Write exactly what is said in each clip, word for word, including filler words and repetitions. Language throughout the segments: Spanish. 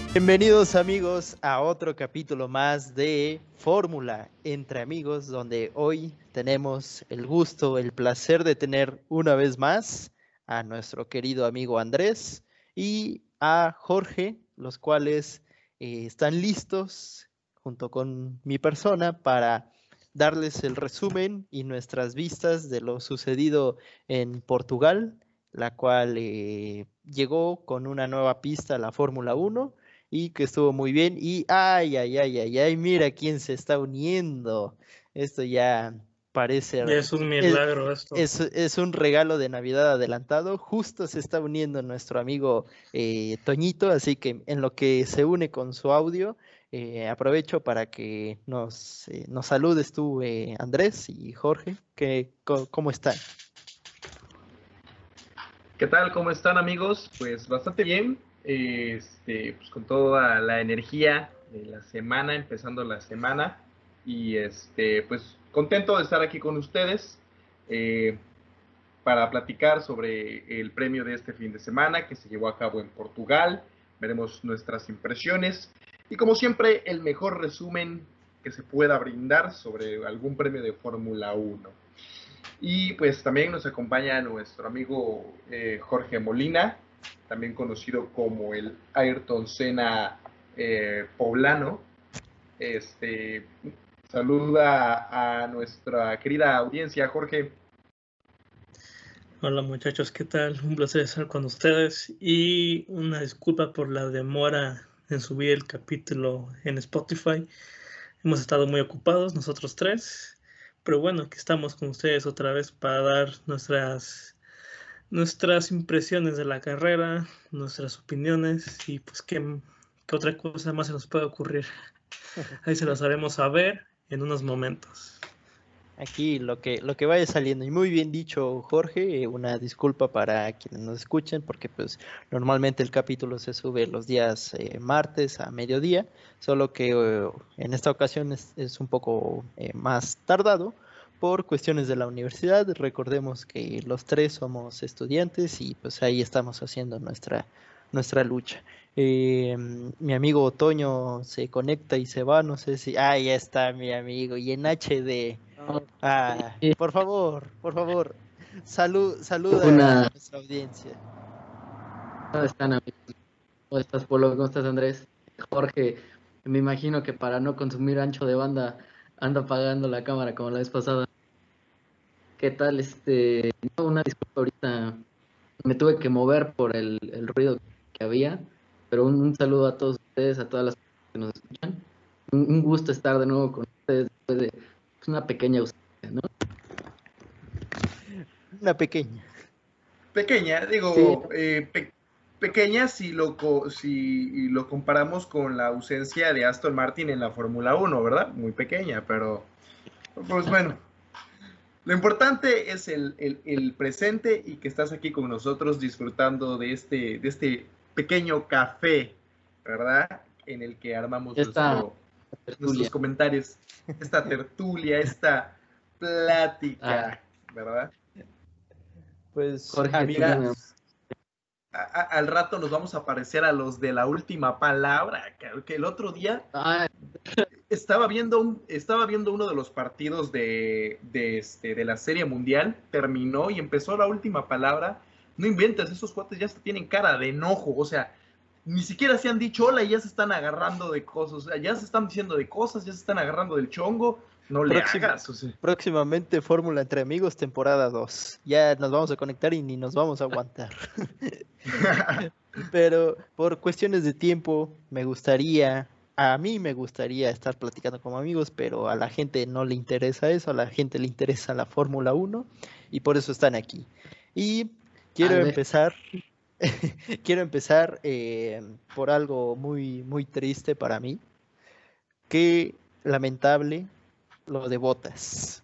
Bienvenidos amigos a otro capítulo más de Fórmula entre amigos, donde hoy tenemos el gusto, el placer de tener una vez más a nuestro querido amigo Andrés y a Jorge, los cuales eh, están listos junto con mi persona para darles el resumen y nuestras vistas de lo sucedido en Portugal, la cual eh, llegó con una nueva pista a la Fórmula uno y que estuvo muy bien. Y ay, ay, ay, ay, ay, mira quién se está uniendo. Esto ya parece, Ya es un es, milagro esto. es, es un regalo de Navidad adelantado. Justo se está uniendo nuestro amigo eh, Toñito, así que en lo que se une con su audio, eh, aprovecho para que nos, eh, nos saludes tú, eh, Andrés y Jorge, que, ¿cómo están? ¿Qué tal? ¿Cómo están, amigos? Pues bastante bien, este, pues con toda la energía de la semana, empezando la semana, y este, pues contento de estar aquí con ustedes eh, para platicar sobre el premio de este fin de semana que se llevó a cabo en Portugal. Veremos nuestras impresiones y, como siempre, el mejor resumen que se pueda brindar sobre algún premio de Fórmula uno. Y pues también nos acompaña nuestro amigo eh, Jorge Molina, también conocido como el Ayrton Senna eh, poblano. Este, saluda a nuestra querida audiencia, Jorge. Hola muchachos, ¿qué tal? Un placer estar con ustedes y una disculpa por la demora en subir el capítulo en Spotify. Hemos estado muy ocupados nosotros tres, pero bueno, aquí estamos con ustedes otra vez para dar nuestras nuestras impresiones de la carrera, nuestras opiniones y pues qué, qué otra cosa más se nos puede ocurrir. Ahí se los haremos saber en unos momentos. Aquí lo que, lo que vaya saliendo. Y muy bien dicho, Jorge, eh, una disculpa para quienes nos escuchen, porque pues normalmente el capítulo se sube los días eh, martes a mediodía, solo que eh, en esta ocasión es, es un poco eh, más tardado por cuestiones de la universidad. Recordemos que los tres somos estudiantes y pues ahí estamos haciendo nuestra, nuestra lucha. Eh, mi amigo Otoño se conecta y se va, no sé si... Ah, ya está mi amigo, y en H D. Ah, por favor, por favor, salud, saluda a Una... nuestra audiencia. ¿Cómo están, amigos? ¿Cómo estás, Polo? ¿Cómo estás, Andrés? Jorge, me imagino que para no consumir ancho de banda anda apagando la cámara como la vez pasada. ¿Qué tal? Este, no, una disculpa ahorita, me tuve que mover por el, el ruido que había, pero un, un saludo a todos ustedes, a todas las personas que nos escuchan. Un, un gusto estar de nuevo con ustedes después de pues, una pequeña ausencia, ¿no? Una pequeña. Pequeña, digo, Sí, eh, pe pequeña si lo, si lo comparamos con la ausencia de Aston Martin en la Fórmula uno, ¿verdad? Muy pequeña, pero pues bueno. Lo importante es el, el, el, presente y que estás aquí con nosotros disfrutando de este, de este pequeño café, ¿verdad? En el que armamos esta nuestro, nuestros tertulia. comentarios, esta tertulia, esta plática, Ah, ¿verdad? Pues, Jorge, tú Mira, dime. a, a, al rato nos vamos a parecer a los de la última palabra, que, que el otro día Ah, estaba viendo, un, estaba viendo uno de los partidos de, de, este, de la Serie Mundial, terminó y empezó la última palabra. No inventes, esos cuates ya se tienen cara de enojo, o sea, ni siquiera se han dicho hola y ya se están agarrando de cosas, o sea, ya se están diciendo de cosas, ya se están agarrando del chongo, no le próximo, hagas, o sea. próximamente Fórmula entre amigos, temporada dos. Ya nos vamos a conectar y ni nos vamos a aguantar. Pero por cuestiones de tiempo, me gustaría, a mí me gustaría estar platicando como amigos, pero a la gente no le interesa eso, a la gente le interesa la Fórmula uno y por eso están aquí. Y quiero a ver, empezar, quiero empezar eh, por algo muy, muy triste para mí. Qué lamentable lo de Bottas.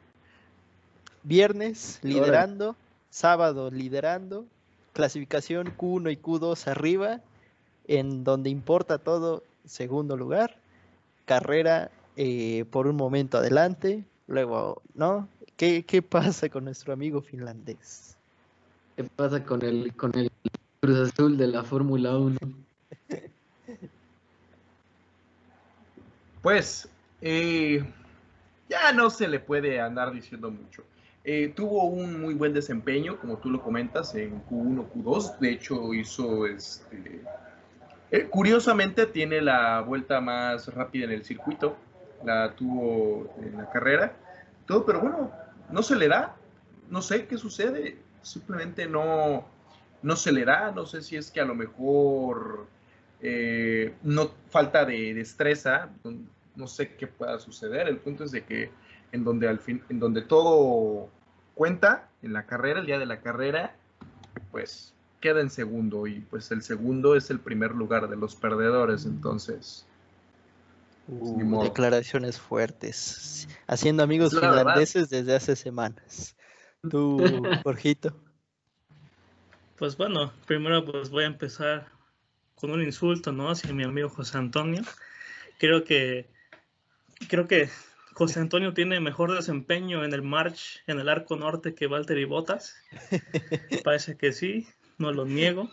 Viernes órale. liderando, sábado liderando, clasificación Q uno y Q dos arriba, en donde importa todo, segundo lugar, carrera eh, por un momento adelante, luego, ¿no? ¿Qué, qué pasa con nuestro amigo finlandés? ¿Qué pasa con el, con el Cruz Azul de la Fórmula uno? Pues eh, ya no se le puede andar diciendo mucho. Eh, tuvo un muy buen desempeño, como tú lo comentas, en Q uno, Q dos. De hecho, hizo este. Eh, curiosamente, tiene la vuelta más rápida en el circuito. La tuvo en la carrera. Todo, pero bueno, no se le da. No sé qué sucede. Simplemente no, no se le da. No sé si es que a lo mejor eh, no falta de destreza. No sé qué pueda suceder. El punto es de que en donde al fin, en donde todo cuenta en la carrera, el día de la carrera, pues queda en segundo, y pues el segundo es el primer lugar de los perdedores, entonces pues, ni Uh, modo. declaraciones fuertes. Haciendo amigos Es la verdad. finlandeses desde hace semanas. Tú, Jorgito. Pues bueno, primero pues voy a empezar con un insulto, ¿no? Hacia mi amigo José Antonio. Creo que creo que José Antonio tiene mejor desempeño en el March, en el arco norte, que Valtteri Bottas. Parece que sí, no lo niego.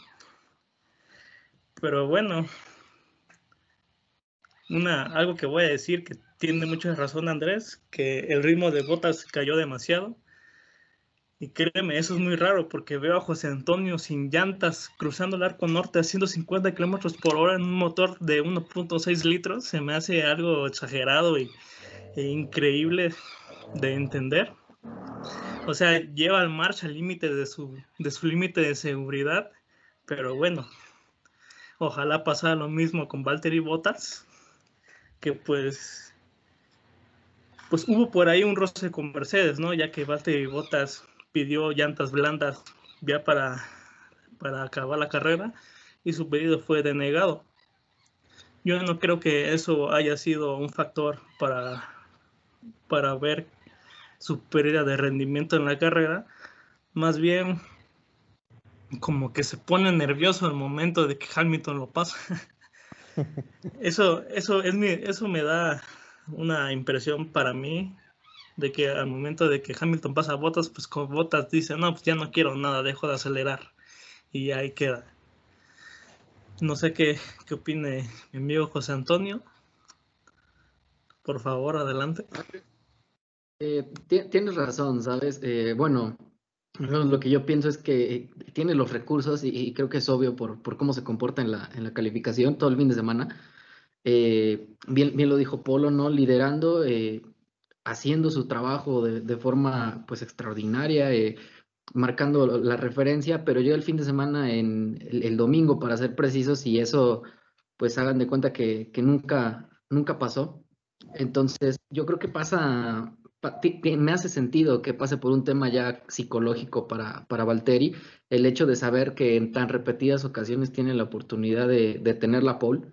Pero bueno, una, algo que voy a decir que tiene mucha razón Andrés, que el ritmo de Bottas cayó demasiado. Y créeme, eso es muy raro porque veo a José Antonio sin llantas cruzando el arco norte a ciento cincuenta kilómetros por hora en un motor de uno punto seis litros. Se me hace algo exagerado y, e increíble de entender. O sea, lleva al March al límite de su, de su límite de seguridad. Pero bueno, ojalá pasara lo mismo con Valtteri Bottas, que pues, pues hubo por ahí un roce con Mercedes, ¿no? Ya que Valtteri Bottas pidió llantas blandas ya para, para acabar la carrera y su pedido fue denegado. Yo no creo que eso haya sido un factor para, para ver su pérdida de rendimiento en la carrera. Más bien, como que se pone nervioso al momento de que Hamilton lo pasa. Eso, eso, es mi, eso me da una impresión para mí de que al momento de que Hamilton pasa a Bottas, pues con Bottas dice, no, pues ya no quiero nada, dejo de acelerar. Y ahí queda. No sé qué, qué opine mi amigo José Antonio. Por favor, adelante. Eh, ti- tienes razón, ¿sabes? Eh, bueno, lo lo que yo pienso es que tiene los recursos y, y creo que es obvio por, por cómo se comporta en la, en la calificación todo el fin de semana. Eh, bien, bien lo dijo Polo, ¿no? Liderando, eh, haciendo su trabajo de, de forma pues extraordinaria, eh, marcando la referencia, pero llega el fin de semana en el, el domingo, para ser precisos, y eso pues hagan de cuenta que, que nunca, nunca pasó. Entonces, yo creo que pasa, pa- ti- ti- me hace sentido que pase por un tema ya psicológico para, para Valtteri, el hecho de saber que en tan repetidas ocasiones tiene la oportunidad de, de tener la pole.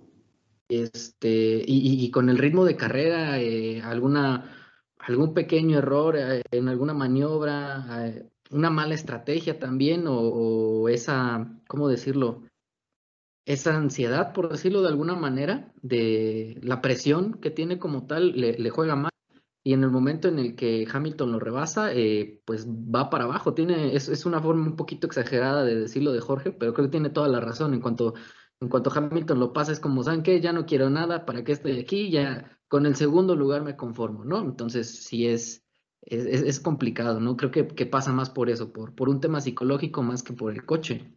Este, y, y- y con el ritmo de carrera, eh, alguna, algún pequeño error eh, en alguna maniobra, eh, una mala estrategia también, o, o esa, ¿cómo decirlo? Esa ansiedad, por decirlo de alguna manera, de la presión que tiene como tal, le, le juega mal. Y en el momento en el que Hamilton lo rebasa, eh, pues va para abajo. Tiene, es, es una forma un poquito exagerada de decirlo de Jorge, pero creo que tiene toda la razón. En cuanto, en cuanto Hamilton lo pasa, es como, ¿saben qué? Ya no quiero nada, ¿para qué estoy aquí? Ya con el segundo lugar me conformo, ¿no? Entonces sí es, es, es- es complicado, ¿no? Creo que, que pasa más por eso, por, por un tema psicológico más que por el coche.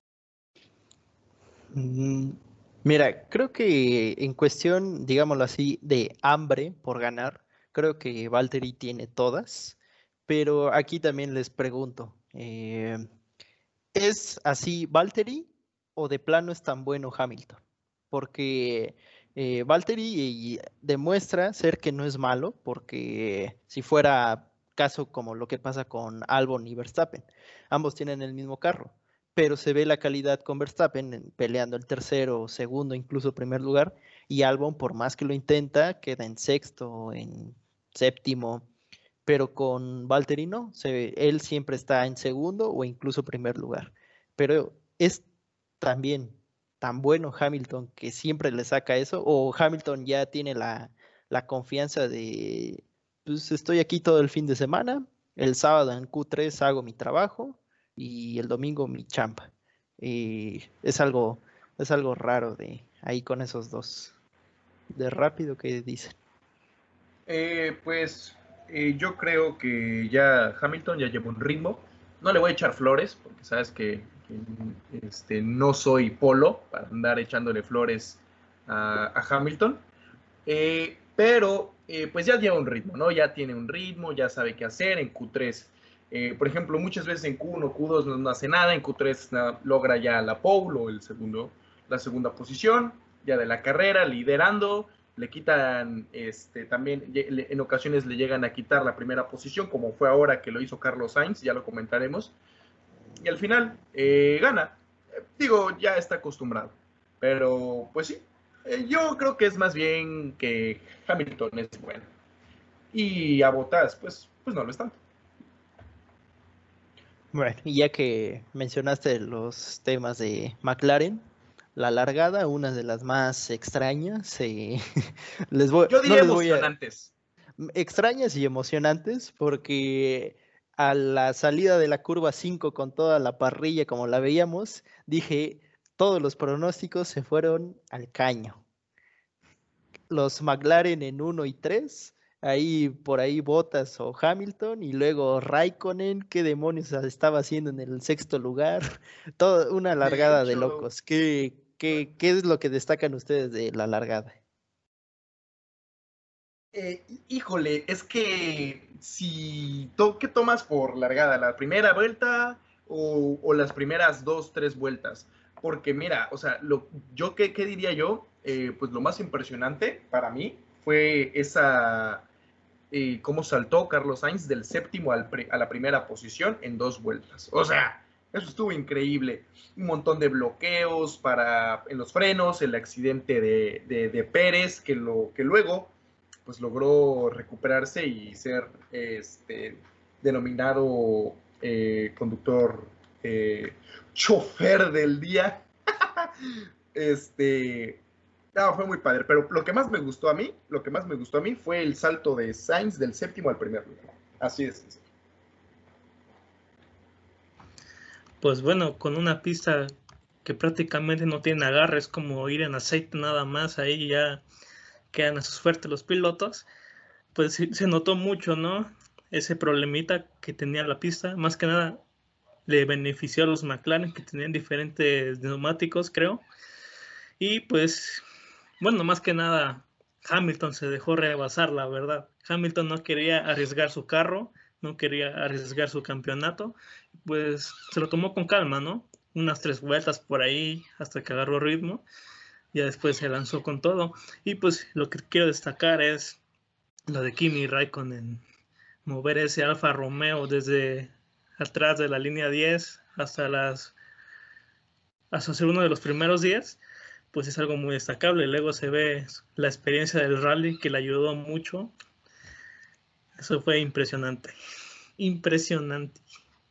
Mm, Mira, creo que en cuestión, digámoslo así, de hambre por ganar, creo que Valtteri tiene todas, pero aquí también les pregunto, eh, ¿es así Valtteri o de plano es tan bueno Hamilton? Porque eh, Valtteri eh, demuestra ser que no es malo, porque si fuera caso como lo que pasa con Albon y Verstappen, ambos tienen el mismo carro, pero se ve la calidad con Verstappen en- peleando el tercero, segundo, incluso primer lugar, y Albon, por más que lo intenta, queda en sexto, en séptimo, pero con Valtteri no, se ve- él siempre está en segundo o incluso primer lugar. Pero es también tan bueno Hamilton que siempre le saca eso, o Hamilton ya tiene la, la confianza de, pues estoy aquí todo el fin de semana, el sábado en Q tres hago mi trabajo y el domingo mi chamba. Y es algo, es algo raro de, ahí con esos dos. De rápido, ¿qué dicen? Eh, pues eh, yo creo que ya Hamilton ya lleva un ritmo. No le voy a echar flores, porque sabes que, que, este, no soy polo para andar echándole flores a, a Hamilton. Eh, pero eh, pues ya lleva un ritmo, ¿no? Ya tiene un ritmo, ya sabe qué hacer en Q tres. Eh, por ejemplo, muchas veces en Q uno, Q dos no, no hace nada, en Q tres nada, logra ya la pole o el segundo, la segunda posición, ya de la carrera, liderando. Le quitan, este, también en ocasiones le llegan a quitar la primera posición, como fue ahora que lo hizo Carlos Sainz, ya lo comentaremos. Y al final eh, gana. Eh, digo, ya está acostumbrado. Pero, pues sí, eh, yo creo que es más bien que Hamilton es bueno. Y a Bottas, pues, pues no lo es tanto. Bueno, y ya que mencionaste los temas de McLaren, la largada, una de las más extrañas, eh, les voy, Yo no diría les voy a, emocionantes. extrañas y emocionantes, porque a la salida de la curva cinco con toda la parrilla como la veíamos, dije, todos los pronósticos se fueron al caño. Los McLaren en uno y tres, ahí por ahí Bottas o Hamilton, y luego Raikkonen, qué demonios estaba haciendo en el sexto lugar, toda una De largada de hecho, locos. ¿Qué, qué, qué es lo que destacan ustedes de la largada? eh, híjole, es que si to ¿qué tomas por largada? ¿La primera vuelta o, o las primeras dos, tres vueltas? Porque mira, o sea, lo, yo qué, qué diría yo, eh, pues lo más impresionante para mí fue esa, eh, cómo saltó Carlos Sainz del séptimo al pre, a la primera posición en dos vueltas. O sea, eso estuvo increíble. Un montón de bloqueos para, en los frenos, el accidente de, de, de Pérez, que, lo, que luego pues logró recuperarse y ser este, denominado eh, conductor eh, chofer del día. este, no, fue muy padre, pero lo que más me gustó a mí, lo que más me gustó a mí fue el salto de Sainz del séptimo al primer lugar. Así es. Pues bueno, con una pista que prácticamente no tiene agarre, es como ir en aceite nada más, ahí ya quedan a su suerte los pilotos, pues sí, se notó mucho, ¿no? Ese problemita que tenía la pista, más que nada le benefició a los McLaren que tenían diferentes neumáticos, creo, y pues, bueno, más que nada Hamilton se dejó rebasar, la verdad. Hamilton no quería arriesgar su carro, no quería arriesgar su campeonato, pues se lo tomó con calma, ¿no? Unas tres vueltas por ahí hasta que agarró ritmo, ya después se lanzó con todo. Y pues lo que quiero destacar es lo de Kimi Raikkonen, mover ese Alfa Romeo desde atrás de la línea diez hasta las hasta ser uno de los primeros diez, pues es algo muy destacable. Luego se ve la experiencia del rally que le ayudó mucho. Eso fue impresionante. Impresionante.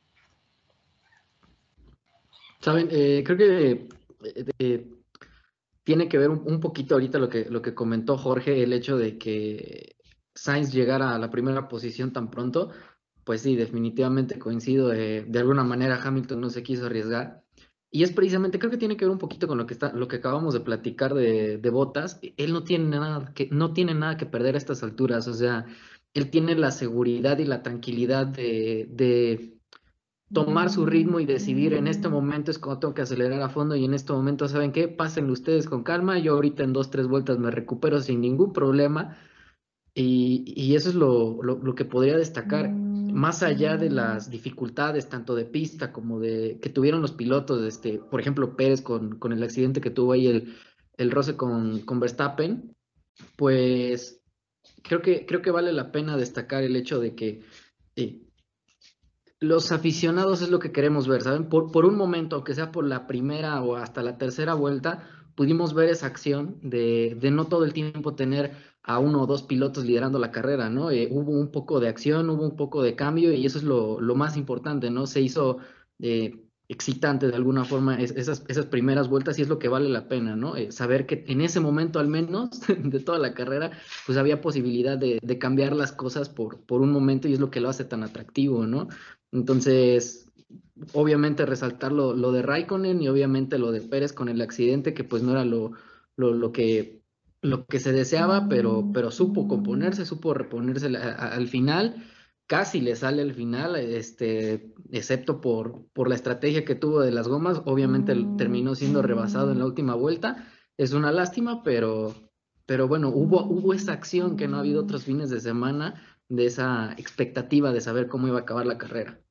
Saben, eh, creo que eh, eh, tiene que ver un, un poquito ahorita lo que, lo que comentó Jorge, el hecho de que Sainz llegara a la primera posición tan pronto. Pues sí, definitivamente coincido. Eh, de alguna manera Hamilton no se quiso arriesgar. Y es precisamente, creo que tiene que ver un poquito con lo que está, lo que acabamos de platicar de, de Bottas. Él no tiene nada que, no tiene nada que perder a estas alturas. O sea, él tiene la seguridad y la tranquilidad de, de tomar su ritmo y decidir en este momento es cuando tengo que acelerar a fondo y en este momento, ¿saben qué? Pásenlo ustedes con calma, yo ahorita en dos, tres vueltas me recupero sin ningún problema y, y eso es lo, lo, lo que podría destacar, más allá de las dificultades tanto de pista como de que tuvieron los pilotos, este, por ejemplo Pérez con, con el accidente que tuvo ahí el, el roce con, con Verstappen, pues creo que, creo que vale la pena destacar el hecho de que eh, los aficionados es lo que queremos ver, ¿saben? Por, por un momento, aunque sea por la primera o hasta la tercera vuelta, pudimos ver esa acción de, de no todo el tiempo tener a uno o dos pilotos liderando la carrera, ¿no? Eh, hubo un poco de acción, hubo un poco de cambio y eso es lo, lo más importante, ¿no? Se hizo eh, excitante de alguna forma es, esas, esas primeras vueltas y es lo que vale la pena, ¿no? Eh, saber que en ese momento al menos de toda la carrera, pues había posibilidad de, de cambiar las cosas por, por un momento y es lo que lo hace tan atractivo, ¿no? Entonces, obviamente resaltar lo, lo de Raikkonen y obviamente lo de Pérez con el accidente, que pues no era lo, lo, lo que, lo que se deseaba, pero, pero supo componerse, supo reponerse a- a- al final. Casi le sale al final, este, excepto por, por la estrategia que tuvo de las gomas. Obviamente terminó siendo rebasado en la última vuelta. Es una lástima, pero, pero bueno, hubo, hubo esa acción que no ha habido otros fines de semana, de esa expectativa de saber cómo iba a acabar la carrera.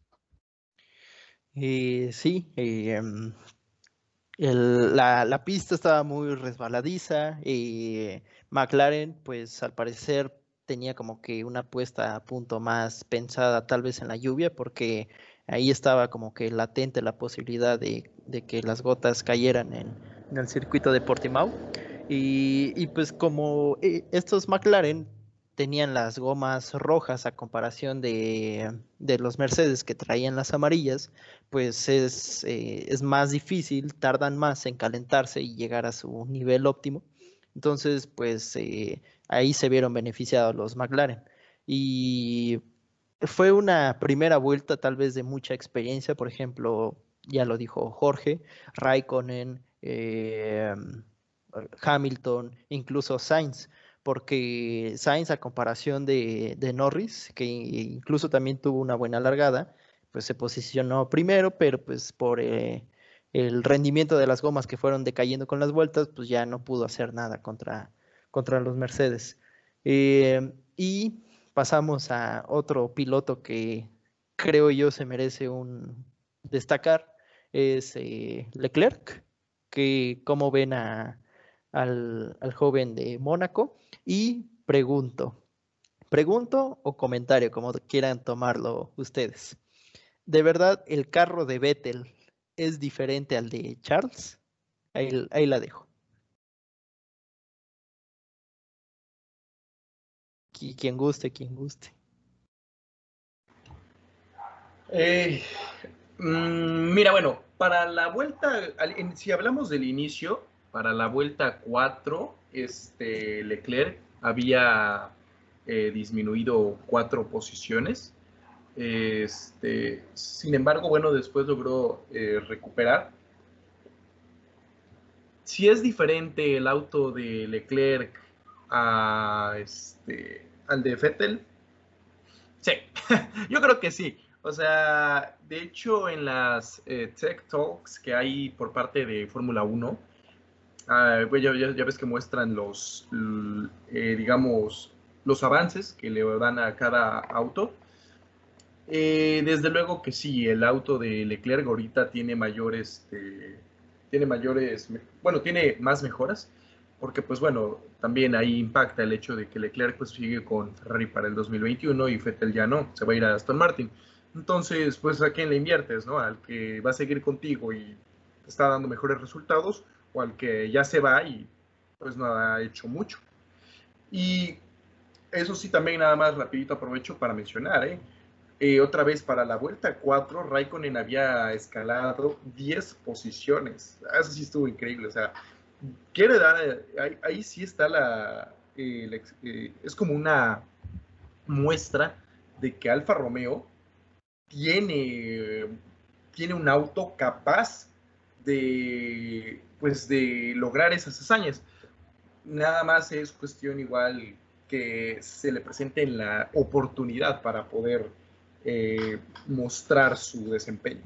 Y sí, y, em, el- la, la pista estaba muy resbaladiza y McLaren, pues al parecer tenía como que una puesta a punto más pensada tal vez en la lluvia, porque ahí estaba como que latente la posibilidad de, de que las gotas cayeran en, en el circuito de Portimao. Y, y pues como eh, estos McLaren tenían las gomas rojas a comparación de, de los Mercedes que traían las amarillas, pues es, eh, es más difícil, tardan más en calentarse y llegar a su nivel óptimo. Entonces, pues eh, ahí se vieron beneficiados los McLaren. Y fue una primera vuelta tal vez de mucha experiencia, por ejemplo, ya lo dijo Jorge, Raikkonen, eh, Hamilton, incluso Sainz, porque Sainz a comparación de, de Norris, que incluso también tuvo una buena largada, pues se posicionó primero, pero pues por eh, el rendimiento de las gomas que fueron decayendo con las vueltas, pues ya no pudo hacer nada contra, contra los Mercedes. Eh, y pasamos a otro piloto que creo yo se merece un destacar, es eh, Leclerc, que cómo ven a, al, al joven de Mónaco. Y pregunto, pregunto o comentario, como quieran tomarlo ustedes. ¿De verdad el carro de Vettel es diferente al de Charles? Ahí, ahí la dejo. Qui- Quien guste, quien guste. Eh, mm, mira, bueno, para la vuelta, al- en- si hablamos del inicio, para la vuelta cuatro, este, Leclerc había eh, disminuido cuatro posiciones. Este, sin embargo, bueno, después logró eh, recuperar. Si es diferente el auto de Leclerc a este, al de Vettel, sí, yo creo que sí. O sea, de hecho, en las eh, Tech Talks que hay por parte de Fórmula uno, uh, pues ya, ya, ya, ves que muestran los, eh, digamos, los avances que le dan a cada auto. Eh, desde luego que sí, el auto de Leclerc ahorita tiene mayores, este, tiene mayores, bueno, tiene más mejoras, porque pues bueno, también ahí impacta el hecho de que Leclerc pues sigue con Ferrari para el dos mil veintiuno y Vettel ya no, se va a ir a Aston Martin. Entonces, pues a quién le inviertes, ¿no? Al que va a seguir contigo y te está dando mejores resultados, o al que ya se va y pues no ha hecho mucho. Y eso sí, también nada más rapidito aprovecho para mencionar, ¿eh? Eh, otra vez para la vuelta cuatro, Raikkonen había escalado diez posiciones. Eso sí estuvo increíble. O sea, quiere dar, ahí, ahí sí está la, eh, eh, es como una muestra de que Alfa Romeo tiene, tiene un auto capaz de, pues, de lograr esas hazañas. Nada más es cuestión igual que se le presente la oportunidad para poder eh, mostrar su desempeño.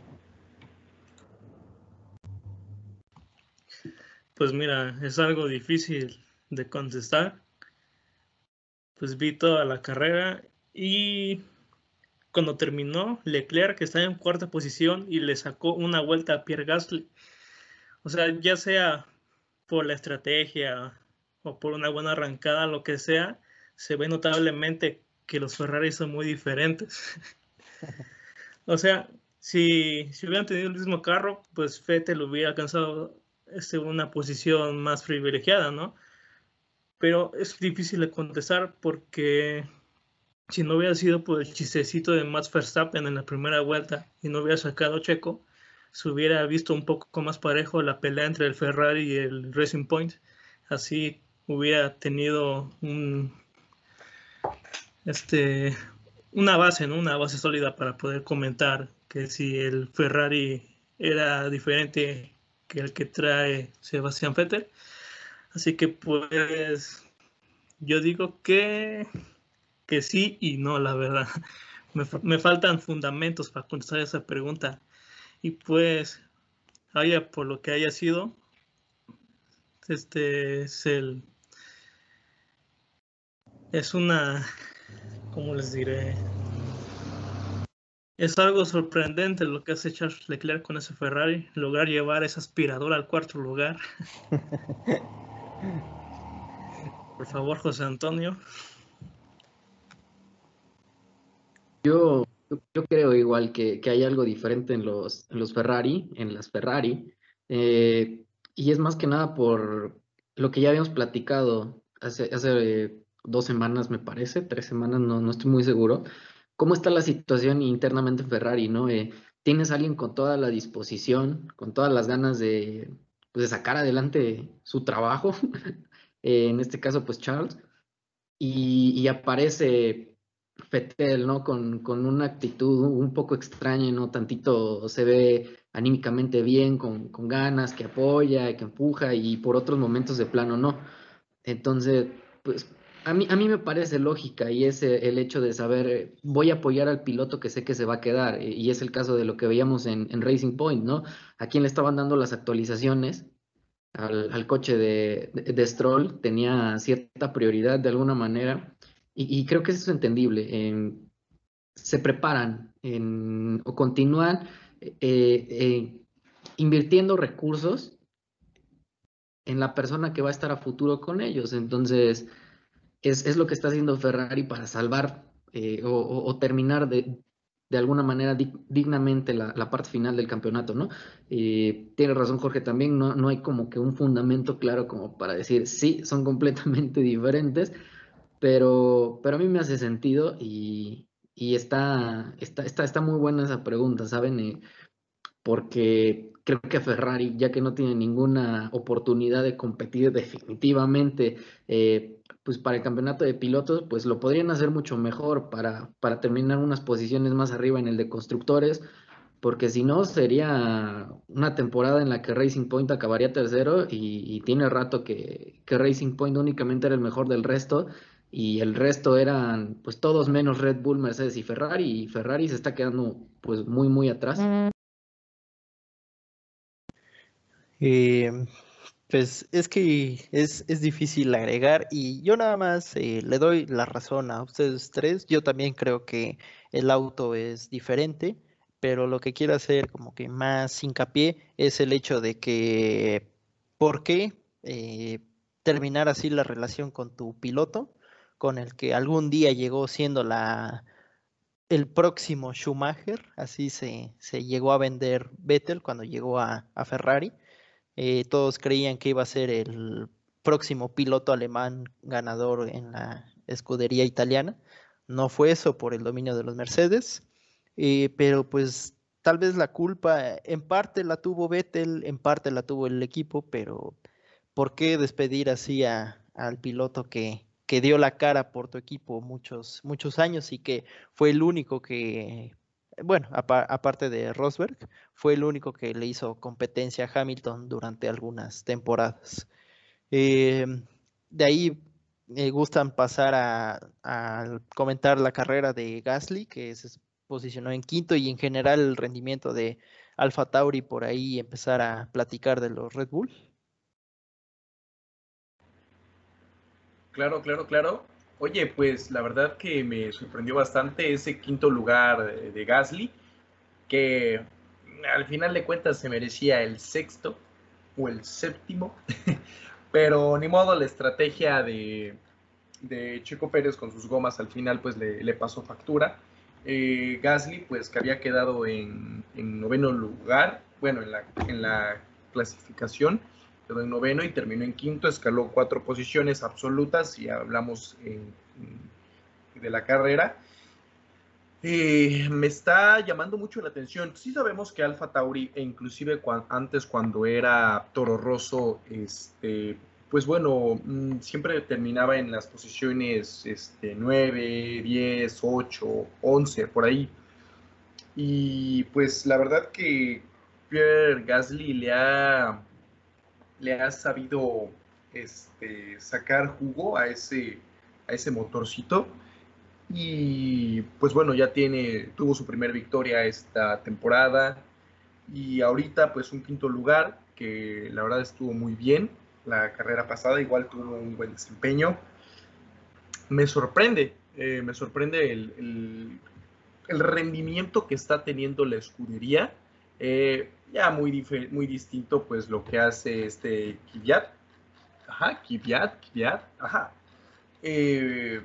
Pues mira, es algo difícil de contestar. Pues vi toda la carrera y cuando terminó, Leclerc que está en cuarta posición y le sacó una vuelta a Pierre Gasly. O sea, ya sea por la estrategia o por una buena arrancada, lo que sea, se ve notablemente que los Ferrari son muy diferentes. O sea, si, si hubieran tenido el mismo carro, pues Vettel hubiera alcanzado este, una posición más privilegiada, ¿no? Pero es difícil de contestar porque si no hubiera sido por el chistecito de Max Verstappen en la primera vuelta y no hubiera sacado Checo, se hubiera visto un poco más parejo la pelea entre el Ferrari y el Racing Point. Así hubiera tenido un, este, una base, ¿no? Una base sólida para poder comentar que si el Ferrari era diferente que el que trae Sebastián Vettel. Así que pues yo digo que, que sí y no, la verdad. Me, me faltan fundamentos para contestar esa pregunta. Y pues, haya por lo que haya sido, este es el... Es una... ¿Cómo les diré? Es algo sorprendente lo que hace Charles Leclerc con ese Ferrari, lograr llevar esa aspiradora al cuarto lugar. Por favor, José Antonio. Yo, yo creo igual que, que hay algo diferente en los, en los Ferrari, en las Ferrari, eh, y es más que nada por lo que ya habíamos platicado hace, hace eh, dos semanas, me parece, tres semanas, no, no estoy muy seguro. ¿Cómo está la situación internamente en Ferrari, no? Eh, tienes a alguien con toda la disposición, con todas las ganas de, pues, de sacar adelante su trabajo, eh, en este caso, pues Charles, y, y aparece Fettel, ¿no? Con, con una actitud un poco extraña, ¿no? Tantito se ve anímicamente bien, con, con ganas, que apoya, que empuja, y por otros momentos de plano no. Entonces, pues a mí, a mí me parece lógica y es eh, el hecho de saber, eh, voy a apoyar al piloto que sé que se va a quedar, eh, y es el caso de lo que veíamos en, en Racing Point, ¿no? A quien le estaban dando las actualizaciones al, al coche de, de, de Stroll, tenía cierta prioridad de alguna manera, y, y creo que eso es entendible. En- se preparan en- o continúan eh, eh, invirtiendo recursos en la persona que va a estar a futuro con ellos. Entonces, es, es lo que está haciendo Ferrari para salvar eh, o, o- o terminar de, de alguna manera dig- dignamente la, la parte final del campeonato, ¿no? Eh, tiene razón Jorge también, no, no hay como que un fundamento claro como para decir, sí, son completamente diferentes, pero, pero a mí me hace sentido y, y está, está, está, está muy buena esa pregunta, ¿saben? Eh, porque creo que Ferrari, ya que no tiene ninguna oportunidad de competir definitivamente, eh, pues para el campeonato de pilotos, pues lo podrían hacer mucho mejor para, para terminar unas posiciones más arriba en el de constructores, porque si no sería una temporada en la que Racing Point acabaría tercero y, y tiene rato que, que Racing Point únicamente era el mejor del resto y el resto eran pues todos menos Red Bull, Mercedes y Ferrari, y Ferrari se está quedando pues muy muy atrás. Eh, pues es que es, es difícil agregar y yo nada más eh, le doy la razón a ustedes tres. Yo también creo que el auto es diferente, pero lo que quiero hacer como que más hincapié es el hecho de que ¿por qué eh, terminar así la relación con tu piloto, con el que algún día llegó siendo la, el próximo Schumacher? Así se, se llegó a vender Vettel cuando llegó a, a Ferrari. Eh, todos creían que iba a ser el próximo piloto alemán ganador en la escudería italiana. No fue eso por el dominio de los Mercedes, eh, pero pues tal vez la culpa en parte la tuvo Vettel, en parte la tuvo el equipo, pero ¿por qué despedir así a- al piloto que, que dio la cara por tu equipo muchos, muchos años y que fue el único que, bueno, apa- aparte de Rosberg, fue el único que le hizo competencia a Hamilton durante algunas temporadas? Eh, de ahí me gustan pasar a, a comentar la carrera de Gasly, que se posicionó en quinto, y en general el rendimiento de Alfa Tauri, por ahí empezar a platicar de los Red Bull. Claro, claro, claro. Oye, pues la verdad que me sorprendió bastante ese quinto lugar de, de Gasly, que al final de cuentas se merecía el sexto o el séptimo, pero ni modo, la estrategia de, de Checo Pérez con sus gomas al final pues le, le pasó factura. Eh, Gasly pues que había quedado en, en noveno lugar, bueno, en la, en la clasificación, quedó en noveno y terminó en quinto, escaló cuatro posiciones absolutas si hablamos en, en, de la carrera. Eh, me está llamando mucho la atención. Sí sabemos que Alfa Tauri, e inclusive cuan, antes cuando era Toro Rosso, este, pues bueno, mmm, siempre terminaba en las posiciones este, nueve, diez, ocho, once, por ahí. Y pues la verdad que Pierre Gasly le ha, le ha sabido este, sacar jugo a ese, a ese motorcito. Y pues bueno, ya tiene, tuvo su primer victoria esta temporada. Y ahorita pues un quinto lugar, que la verdad estuvo muy bien. La carrera pasada igual tuvo un buen desempeño. Me sorprende, eh, me sorprende el, el, el rendimiento que está teniendo la escudería. Eh, ya muy, dif- muy distinto pues lo que hace este Kvyat. Ajá, Kvyat, Kvyat, ajá. Eh,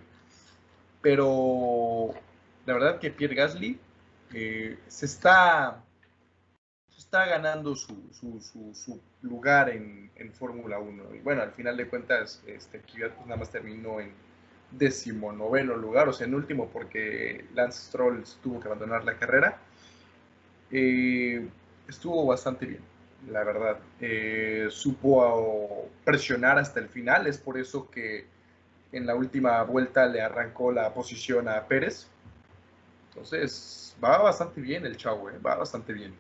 pero la verdad que Pierre Gasly eh, se está se está ganando su, su, su, su lugar en, en Fórmula uno. Y bueno, al final de cuentas, este, Kvyat pues nada más terminó en decimonoveno lugar, o sea, en último, porque Lance Stroll tuvo que abandonar la carrera. Eh, estuvo bastante bien, la verdad. Eh, supo presionar hasta el final, es por eso que en la última vuelta le arrancó la posición a Pérez. Entonces, va bastante bien el chavo, ¿eh? Va bastante bien.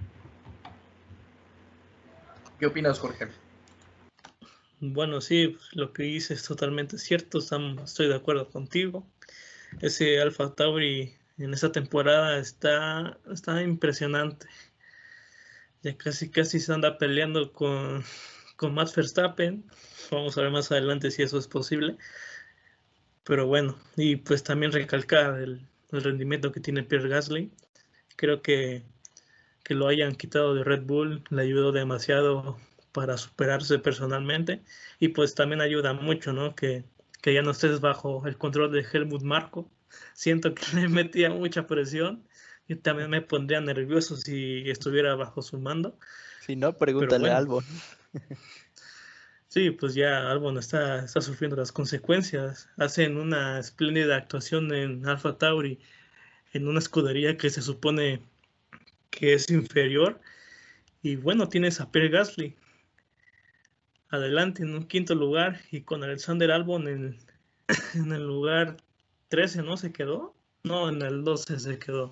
¿Qué opinas, Jorge? Bueno, sí, pues, lo que dices es totalmente cierto, estamos, estoy de acuerdo contigo. Ese Alpha Tauri en esta temporada está, está impresionante. Ya casi casi se anda peleando con, con Max Verstappen. Vamos a ver más adelante si eso es posible. Pero bueno, y pues también recalcar el, el rendimiento que tiene Pierre Gasly. Creo que, que lo hayan quitado de Red Bull le ayudó demasiado para superarse personalmente. Y pues también ayuda mucho, ¿no? Que, que ya no estés bajo el control de Helmut Marko. Siento que le metía mucha presión. Yo también me pondría nervioso si estuviera bajo su mando. Si no, Pero pregúntale a bueno, Albon. sí, pues ya Albon está, está sufriendo las consecuencias. Hacen una espléndida actuación en Alpha Tauri, en una escudería que se supone que es inferior. Y bueno, tienes a Pierre Gasly adelante en un quinto lugar y con Alexander Albon en, en el lugar trece, ¿no? ¿Se quedó? No, en el doce se quedó.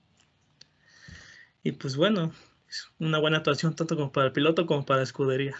Y pues bueno, es una buena actuación tanto como para el piloto como para la escudería.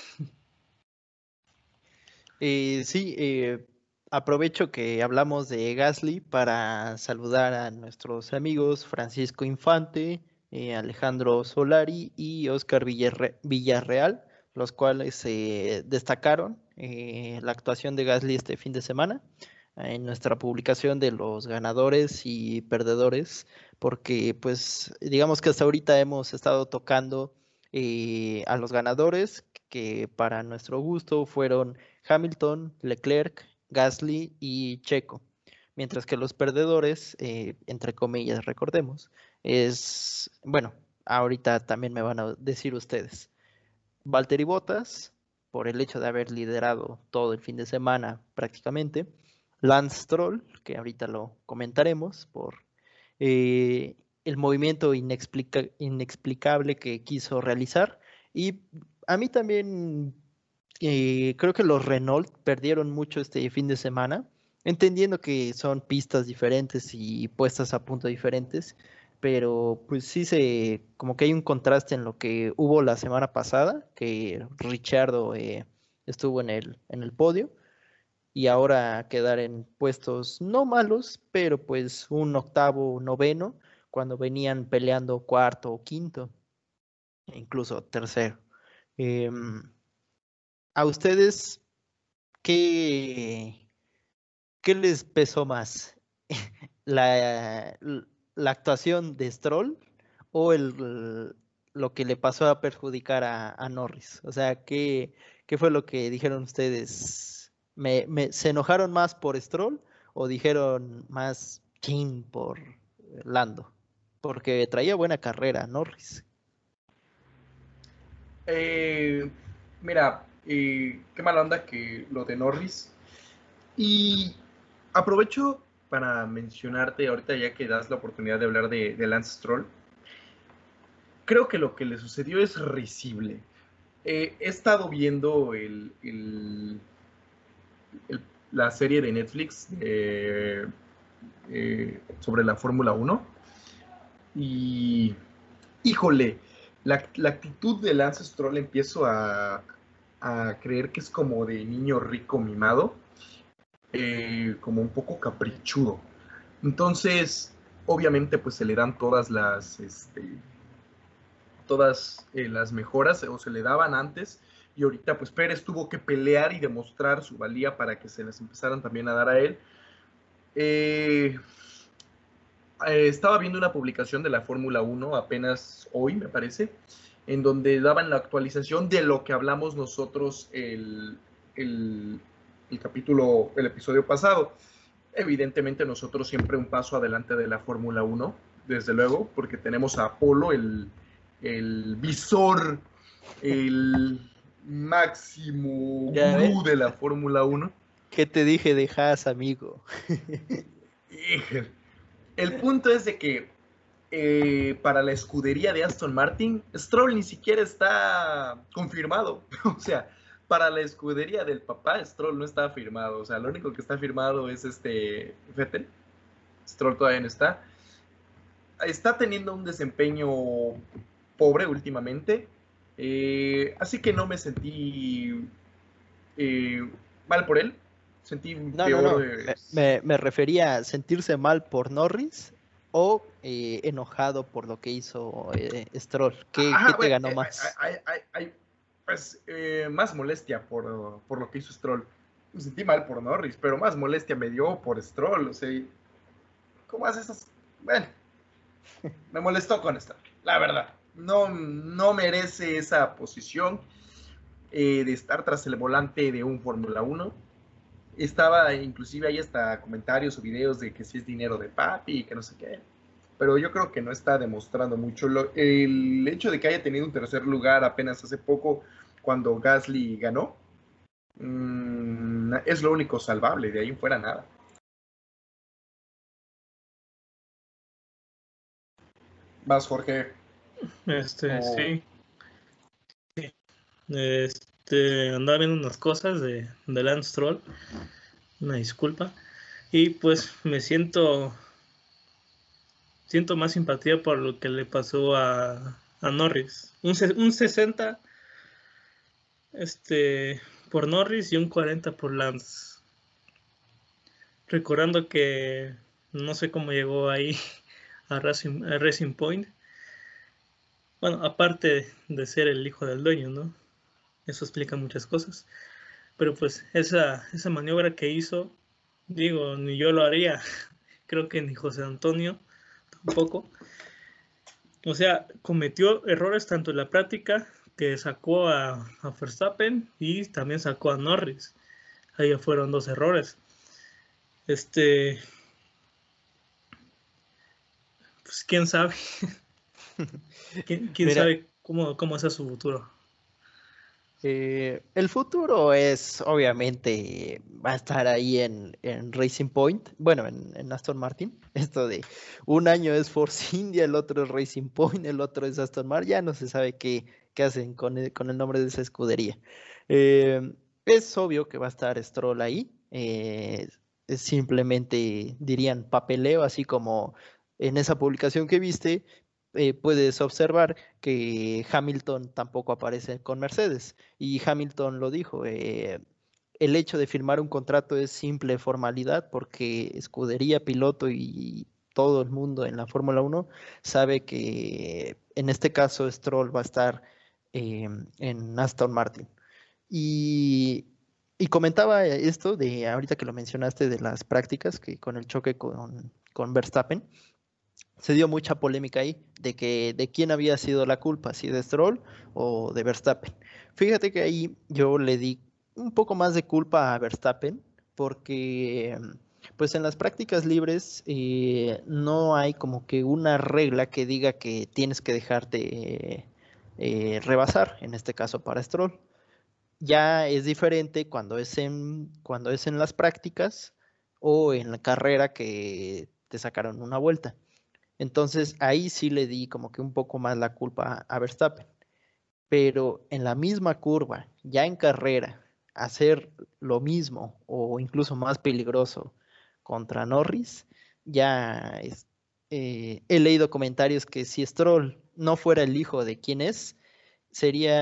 Eh, sí, eh, aprovecho que hablamos de Gasly para saludar a nuestros amigos Francisco Infante, eh, Alejandro Solari y Oscar Villarre- Villarreal, los cuales eh, destacaron eh, la actuación de Gasly este fin de semana en nuestra publicación de los ganadores y perdedores, porque pues digamos que hasta ahorita hemos estado tocando eh, a los ganadores, que para nuestro gusto fueron Hamilton, Leclerc, Gasly y Checo. Mientras que los perdedores, eh, entre comillas, recordemos, es, bueno, ahorita también me van a decir ustedes, Valtteri Bottas, por el hecho de haber liderado todo el fin de semana prácticamente, Lance Stroll, que ahorita lo comentaremos, por eh, el movimiento inexplica inexplicable que quiso realizar, y a mí también eh, creo que los Renault perdieron mucho este fin de semana, entendiendo que son pistas diferentes y puestas a punto diferentes, pero pues sí se, como que hay un contraste en lo que hubo la semana pasada, que Richardo eh, estuvo en el, en el podio, y ahora quedar en puestos no malos, pero pues un octavo, noveno, cuando venían peleando cuarto o quinto, e incluso tercero. Em, ¿A ustedes qué, qué les pesó más? ¿La, la actuación de Stroll o el, lo que le pasó a perjudicar a, a Norris? O sea, ¿qué, qué fue lo que dijeron ustedes? ¿Me, me- se enojaron más por Stroll o dijeron más chin por Lando? Porque traía buena carrera Norris. Eh, mira, eh, qué mala onda que lo de Norris. Y aprovecho para mencionarte, ahorita ya que das la oportunidad de hablar de, de Lance Stroll, creo que lo que le sucedió es risible. Eh, he estado viendo el, el, el, la serie de Netflix eh, eh, sobre la Fórmula uno y, híjole, la, la, actitud de Lance Stroll empiezo a, a creer que es como de niño rico mimado, eh, como un poco caprichudo. Entonces, obviamente, pues se le dan todas las, este, todas eh, las mejoras, o se le daban antes, y ahorita pues Pérez tuvo que pelear y demostrar su valía para que se les empezaran también a dar a él. Eh, eh, estaba viendo una publicación de la Fórmula uno apenas hoy, me parece, en donde daban la actualización de lo que hablamos nosotros el, el, el capítulo, el episodio pasado. Evidentemente nosotros siempre un paso adelante de la Fórmula uno, desde luego, porque tenemos a Apolo, el, el visor, el máximo Ya gurú ves. de la Fórmula uno. ¿Qué te dije de Haas, amigo? El punto es de que eh, para la escudería de Aston Martin, Stroll ni siquiera está confirmado. O sea, para la escudería del papá, Stroll no está firmado. O sea, lo único que está firmado es este Vettel. Stroll todavía no está. Está teniendo un desempeño pobre últimamente. Eh, así que no me sentí eh, mal por él. Sentí No, peor. no, no. Eh, Me, me, me refería a sentirse mal por Norris o eh, enojado por lo que hizo eh, Stroll. ¿Qué, qué Ajá, te bueno, ganó eh, más? hay, hay, hay, pues, eh, más molestia por, por lo que hizo Stroll. Me sentí mal por Norris, pero más molestia me dio por Stroll. O sea, ¿cómo haces esas? Bueno, me molestó con Stroll, la verdad. No, no merece esa posición eh, de estar tras el volante de un Fórmula uno. Estaba, inclusive hay hasta comentarios o videos de que si es dinero de papi y que no sé qué. Pero yo creo que no está demostrando mucho. Lo, el hecho de que haya tenido un tercer lugar apenas hace poco, cuando Gasly ganó, mmm, es lo único salvable, de ahí en fuera nada. Vas, Jorge. Este, O... sí. Este, andaba viendo unas cosas de, de Lance Stroll. Una disculpa. Y pues me siento siento más simpatía por lo que le pasó a, a Norris. Un, un sesenta este, por Norris y un cuarenta por Lance. Recordando que no sé cómo llegó ahí a Racing, a Racing Point. Bueno, aparte de ser el hijo del dueño, ¿no? Eso explica muchas cosas. Pero pues esa, esa maniobra que hizo, digo, ni yo lo haría. Creo que ni José Antonio tampoco. O sea, cometió errores tanto en la práctica, que sacó a, a Verstappen, y también sacó a Norris. Ahí fueron dos errores. Este, pues quién sabe, quién, quién Mira, sabe cómo, cómo es su futuro. eh, el futuro es, obviamente, va a estar ahí en, en Racing Point, bueno, en, en Aston Martin. Esto de un año es Force India, el otro es Racing Point, el otro es Aston Martin, ya no se sabe qué, qué hacen con el, con el nombre de esa escudería. Eh, es obvio que va a estar Stroll ahí, eh, es simplemente, dirían, papeleo, así como en esa publicación que viste, eh, puedes observar que Hamilton tampoco aparece con Mercedes. Y Hamilton lo dijo, eh, el hecho de firmar un contrato es simple formalidad porque escudería, piloto y todo el mundo en la Fórmula uno sabe que en este caso Stroll va a estar eh, en Aston Martin. Y, y, comentaba esto de ahorita que lo mencionaste de las prácticas, que con el choque con, con Verstappen, se dio mucha polémica ahí de que de quién había sido la culpa, si de Stroll o de Verstappen. Fíjate que ahí yo le di un poco más de culpa a Verstappen porque pues en las prácticas libres eh, no hay como que una regla que diga que tienes que dejarte eh, eh, rebasar, en este caso para Stroll. Ya es diferente cuando es en, cuando es en las prácticas o en la carrera que te sacaron una vuelta. Entonces ahí sí le di como que un poco más la culpa a Verstappen. Pero en la misma curva, ya en carrera, hacer lo mismo o incluso más peligroso contra Norris, ya es, eh, he leído comentarios que si Stroll no fuera el hijo de quien es, sería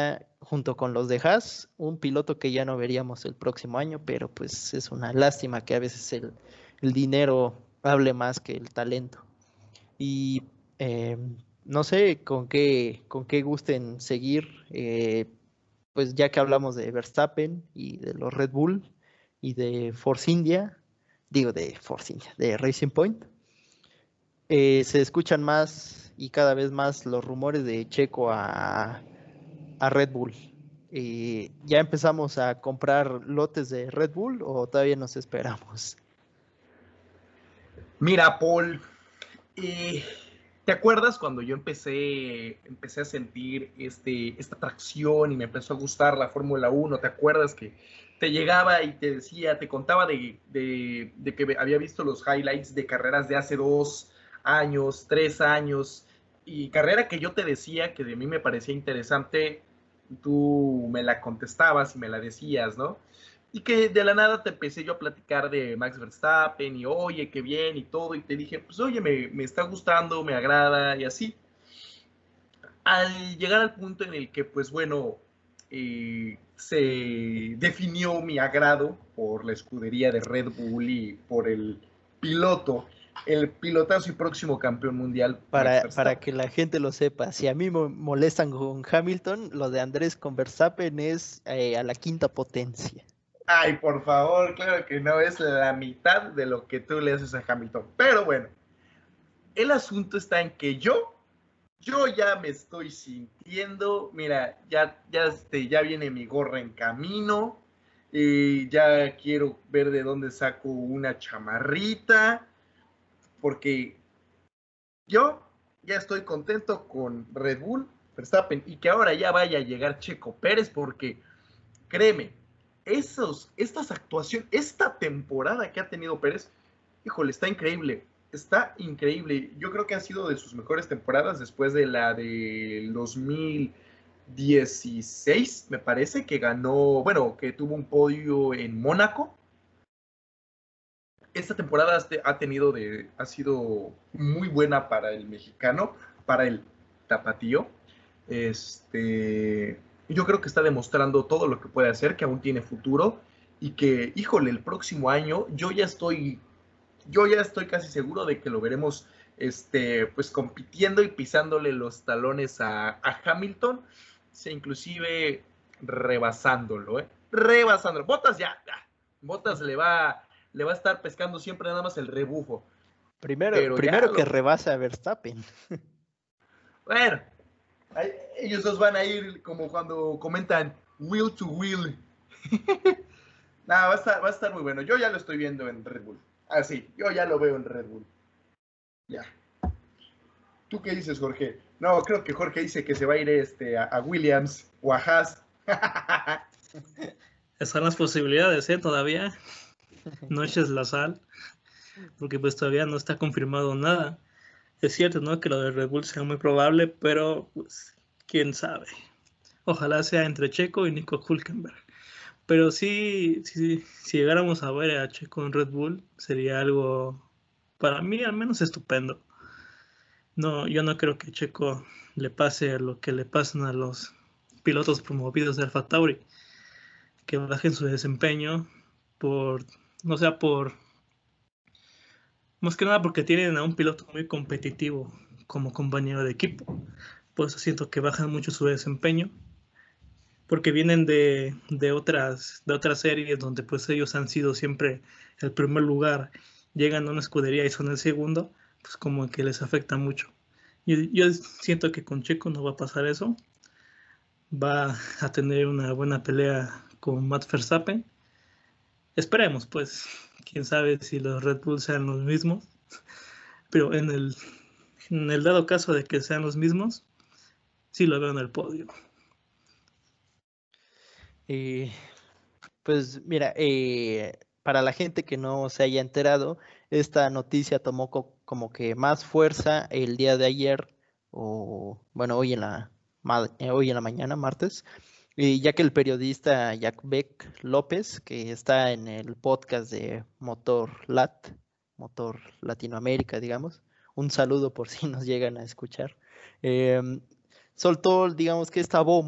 junto con los de Haas, un piloto que ya no veríamos el próximo año, pero pues es una lástima que a veces el, el dinero hable más que el talento. Y eh, no sé con qué, con qué gusten seguir, eh, pues ya que hablamos de Verstappen y de los Red Bull y de Force India, digo de Force India, de Racing Point, eh, se escuchan más y cada vez más los rumores de Checo a, a Red Bull. Eh, ¿Ya empezamos a comprar lotes de Red Bull o todavía nos esperamos? Mira, Paul, eh, ¿te acuerdas cuando yo empecé, empecé a sentir este, esta atracción y me empezó a gustar la Fórmula uno? ¿Te acuerdas que te llegaba y te decía, te contaba de, de, de que había visto los highlights de carreras de hace dos años, tres años, y carrera que yo te decía que de mí me parecía interesante, tú me la contestabas y me la decías, ¿no? Y que de la nada te empecé yo a platicar de Max Verstappen y oye, qué bien y todo, y te dije, pues oye, me, me está gustando, me agrada y así. Al llegar al punto en el que, pues bueno, eh, se definió mi agrado por la escudería de Red Bull y por el piloto, el pilotazo y próximo campeón mundial, Max Para, Verstappen. para que la gente lo sepa, si a mí me molestan con Hamilton, lo de Andrés con Verstappen es eh, a la quinta potencia. Ay, por favor, claro que no, es la mitad de lo que tú le haces a Hamilton. Pero bueno, el asunto está en que yo, yo ya me estoy sintiendo, mira, ya, ya, este, ya viene mi gorra en camino, y ya quiero ver de dónde saco una chamarrita, porque yo ya estoy contento con Red Bull, Verstappen, y que ahora ya vaya a llegar Checo Pérez, porque créeme, esos, estas actuaciones, esta temporada que ha tenido Pérez, híjole, está increíble, está increíble. Yo creo que ha sido de sus mejores temporadas después de la del dos mil dieciséis, me parece, que ganó, bueno, que tuvo un podio en Mónaco. Esta temporada ha tenido de, ha sido muy buena para el mexicano, para el tapatío. Este, yo creo que está demostrando todo lo que puede hacer, que aún tiene futuro y que, híjole, el próximo año yo ya estoy, yo ya estoy casi seguro de que lo veremos, este, pues compitiendo y pisándole los talones a, a Hamilton, se inclusive rebasándolo, ¿eh? Rebasándolo. Bottas ya, ya. Bottas le va, le va a estar pescando siempre nada más el rebufo. Primero, Pero primero que lo... rebase a Verstappen. Bueno, ellos dos van a ir como cuando comentan wheel to wheel. Nada, va a estar, va a estar muy bueno. Yo ya lo estoy viendo en Red Bull. Ah, sí, yo ya lo veo en Red Bull. Ya. ¿Tú qué dices, Jorge? No, creo que Jorge dice que se va a ir este, a, a Williams o a Haas. Están las posibilidades, ¿eh? Todavía. No eches la sal. Porque pues todavía no está confirmado nada. Es cierto, ¿no? Que lo de Red Bull sea muy probable, pero pues, quién sabe. Ojalá sea entre Checo y Nico Hülkenberg. Pero sí, sí, si llegáramos a ver a Checo en Red Bull, sería algo, para mí al menos, estupendo. No, yo no creo que Checo le pase lo que le pasan a los pilotos promovidos de AlphaTauri, que bajen su desempeño por, no sea por, más que nada porque tienen a un piloto muy competitivo como compañero de equipo. Por eso siento que bajan mucho su desempeño, porque vienen de, de, otras, de otras series donde pues ellos han sido siempre el primer lugar, llegan a una escudería y son el segundo, pues como que les afecta mucho. Yo, yo siento que con Checo no va a pasar eso, va a tener una buena pelea con Max Verstappen. Esperemos, pues, quién sabe si los Red Bull sean los mismos, pero en el, en el dado caso de que sean los mismos, sí lo veo en el podio. Eh, pues mira, eh, para la gente que no se haya enterado, esta noticia tomó co como que más fuerza el día de ayer, o bueno, hoy en la, hoy en la mañana, martes, y ya que el periodista Jacques López, que está en el podcast de Motor Lat, Motor Latinoamérica, digamos, un saludo por si nos llegan a escuchar, eh, soltó, digamos que esta bomba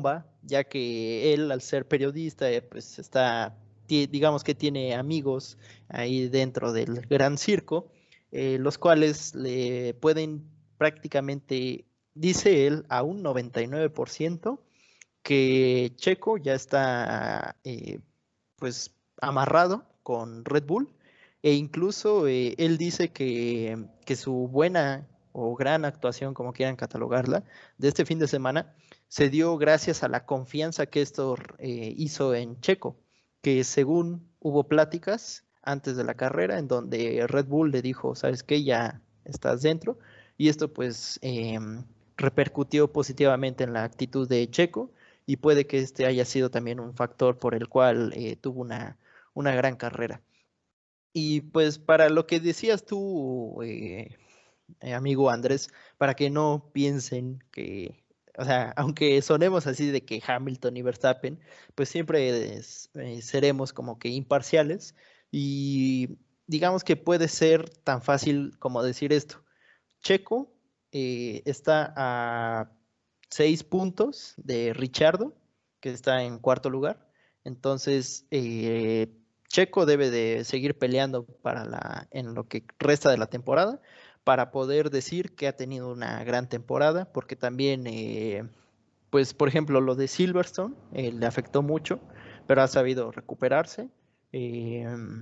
ya que él, al ser periodista, eh, pues está, digamos que tiene amigos ahí dentro del gran circo, eh, los cuales le pueden prácticamente, dice él, a un noventa y nueve por ciento que Checo ya está eh, pues amarrado con Red Bull, e incluso eh, él dice que, que su buena o gran actuación, como quieran catalogarla, de este fin de semana se dio gracias a la confianza que esto eh, hizo en Checo, que según hubo pláticas antes de la carrera en donde Red Bull le dijo, ¿sabes qué? Ya estás dentro, y esto pues eh, repercutió positivamente en la actitud de Checo, y puede que este haya sido también un factor por el cual eh, tuvo una, una gran carrera. Y pues para lo que decías tú, eh, eh, amigo Andrés, para que no piensen que, o sea, aunque sonemos así de que Hamilton y Verstappen, pues siempre es, eh, seremos como que imparciales, y digamos que puede ser tan fácil como decir esto. Checo eh, está a seis puntos de Richardo, que está en cuarto lugar. Entonces, eh, Checo debe de seguir peleando para la, en lo que resta de la temporada para poder decir que ha tenido una gran temporada, porque también, eh, pues, por ejemplo, lo de Silverstone eh, le afectó mucho, pero ha sabido recuperarse. Eh,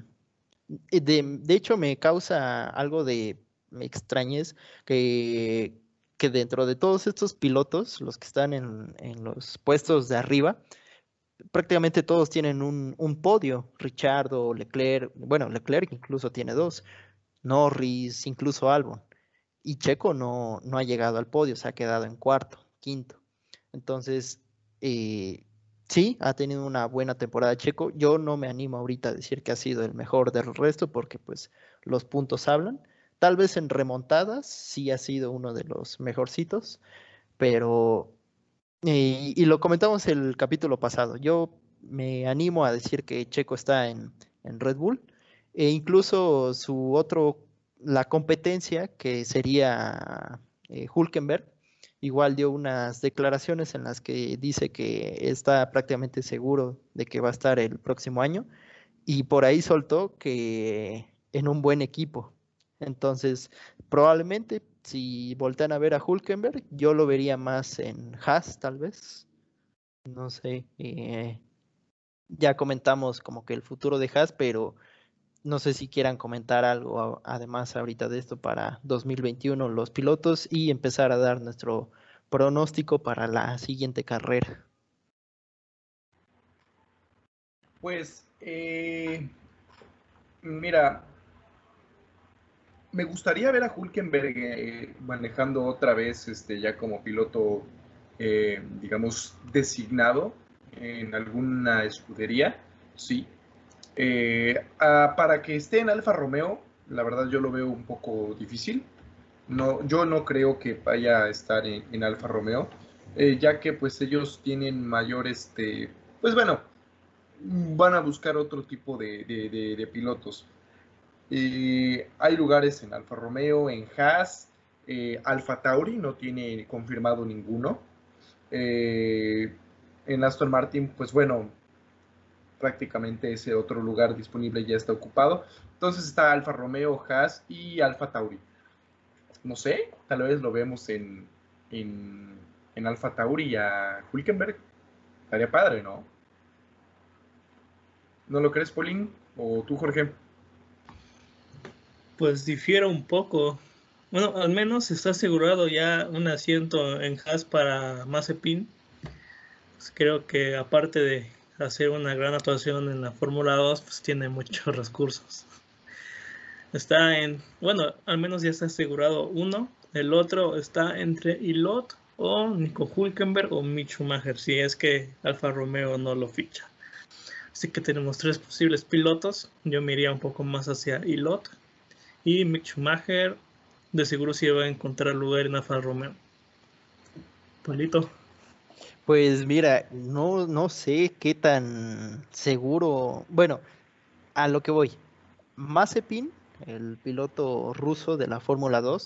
de, de hecho, me causa algo de extrañez que, que dentro de todos estos pilotos, los que están en, en los puestos de arriba, prácticamente todos tienen un, un podio. Richardo, Leclerc, bueno, Leclerc incluso tiene dos, Norris, incluso Albon. Y Checo no, no ha llegado al podio, se ha quedado en cuarto, quinto. Entonces, eh, sí, ha tenido una buena temporada Checo. Yo no me animo ahorita a decir que ha sido el mejor del resto porque pues los puntos hablan. Tal vez en remontadas sí ha sido uno de los mejorcitos, pero, eh, y lo comentamos el capítulo pasado, yo me animo a decir que Checo está en, en Red Bull, e incluso su otro, la competencia que sería eh, Hülkenberg, igual dio unas declaraciones en las que dice que está prácticamente seguro de que va a estar el próximo año, y por ahí soltó que en un buen equipo. Entonces, probablemente si voltean a ver a Hülkenberg, yo lo vería más en Haas, tal vez. No sé. Eh, ya comentamos como que el futuro de Haas, pero no sé si quieran comentar algo a- además ahorita de esto para dos mil veintiuno los pilotos, y empezar a dar nuestro pronóstico para la siguiente carrera. Pues, eh, mira, me gustaría ver a Hülkenberg eh, manejando otra vez, este, ya como piloto, eh, digamos, designado en alguna escudería, sí. Eh, a, para que esté en Alfa Romeo, la verdad yo lo veo un poco difícil. No, yo no creo que vaya a estar en, en Alfa Romeo, eh, ya que pues ellos tienen mayor, este, pues bueno, van a buscar otro tipo de, de, de, de pilotos. Eh, hay lugares en Alfa Romeo, en Haas, eh, Alfa Tauri no tiene confirmado ninguno. Eh, en Aston Martin, pues bueno, prácticamente ese otro lugar disponible ya está ocupado. Entonces está Alfa Romeo, Haas y Alfa Tauri. No sé, tal vez lo vemos en, en, en Alfa Tauri a Hülkenberg. Estaría padre, ¿no? ¿No lo crees, Pauline? ¿O tú, Jorge? Pues difiere un poco. Bueno, al menos está asegurado ya un asiento en Haas para Mazepin. Pues creo que aparte de hacer una gran actuación en la Fórmula dos, pues tiene muchos recursos. Está en, bueno, al menos ya está asegurado uno. El otro está entre Ilott o Nico Hülkenberg o Mick Schumacher, si es que Alfa Romeo no lo ficha. Así que tenemos tres posibles pilotos. Yo me iría un poco más hacia Ilott. Y Mick Schumacher de seguro sí va a encontrar lugar en Alfa Romeo. Pablito. Pues mira, no, no sé qué tan seguro. Bueno, a lo que voy. Mazepin, el piloto ruso de la Fórmula dos,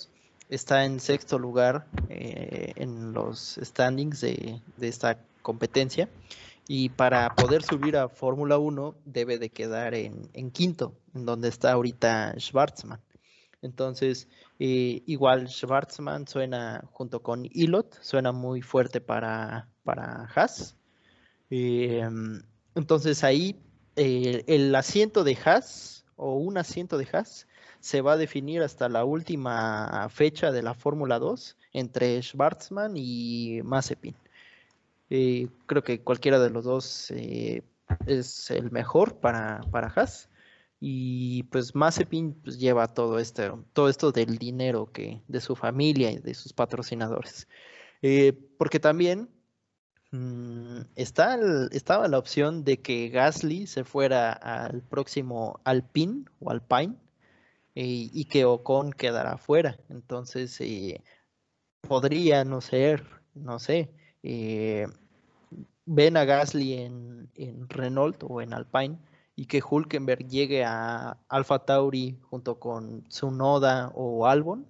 está en sexto lugar eh, en los standings de, de esta competencia. Y para poder subir a Fórmula uno debe de quedar en, en quinto, en donde está ahorita Schwartzman. Entonces, eh, igual Schwartzman suena junto con Ilott, suena muy fuerte para, para Haas. Eh, entonces ahí eh, el asiento de Haas o un asiento de Haas se va a definir hasta la última fecha de la Fórmula dos entre Schwartzman y Mazepin. Eh, creo que cualquiera de los dos eh, es el mejor para, para Haas. Y pues Mazepin pues, lleva todo esto, todo esto del dinero que, de su familia y de sus patrocinadores. Eh, porque también mmm, está el, estaba la opción de que Gasly se fuera al próximo Alpine o Alpine eh, y que Ocon quedara fuera. Entonces eh, podría no ser, no sé. Eh, ven a Gasly en, en Renault o en Alpine y que Hülkenberg llegue a Alfa Tauri junto con Tsunoda o Albon.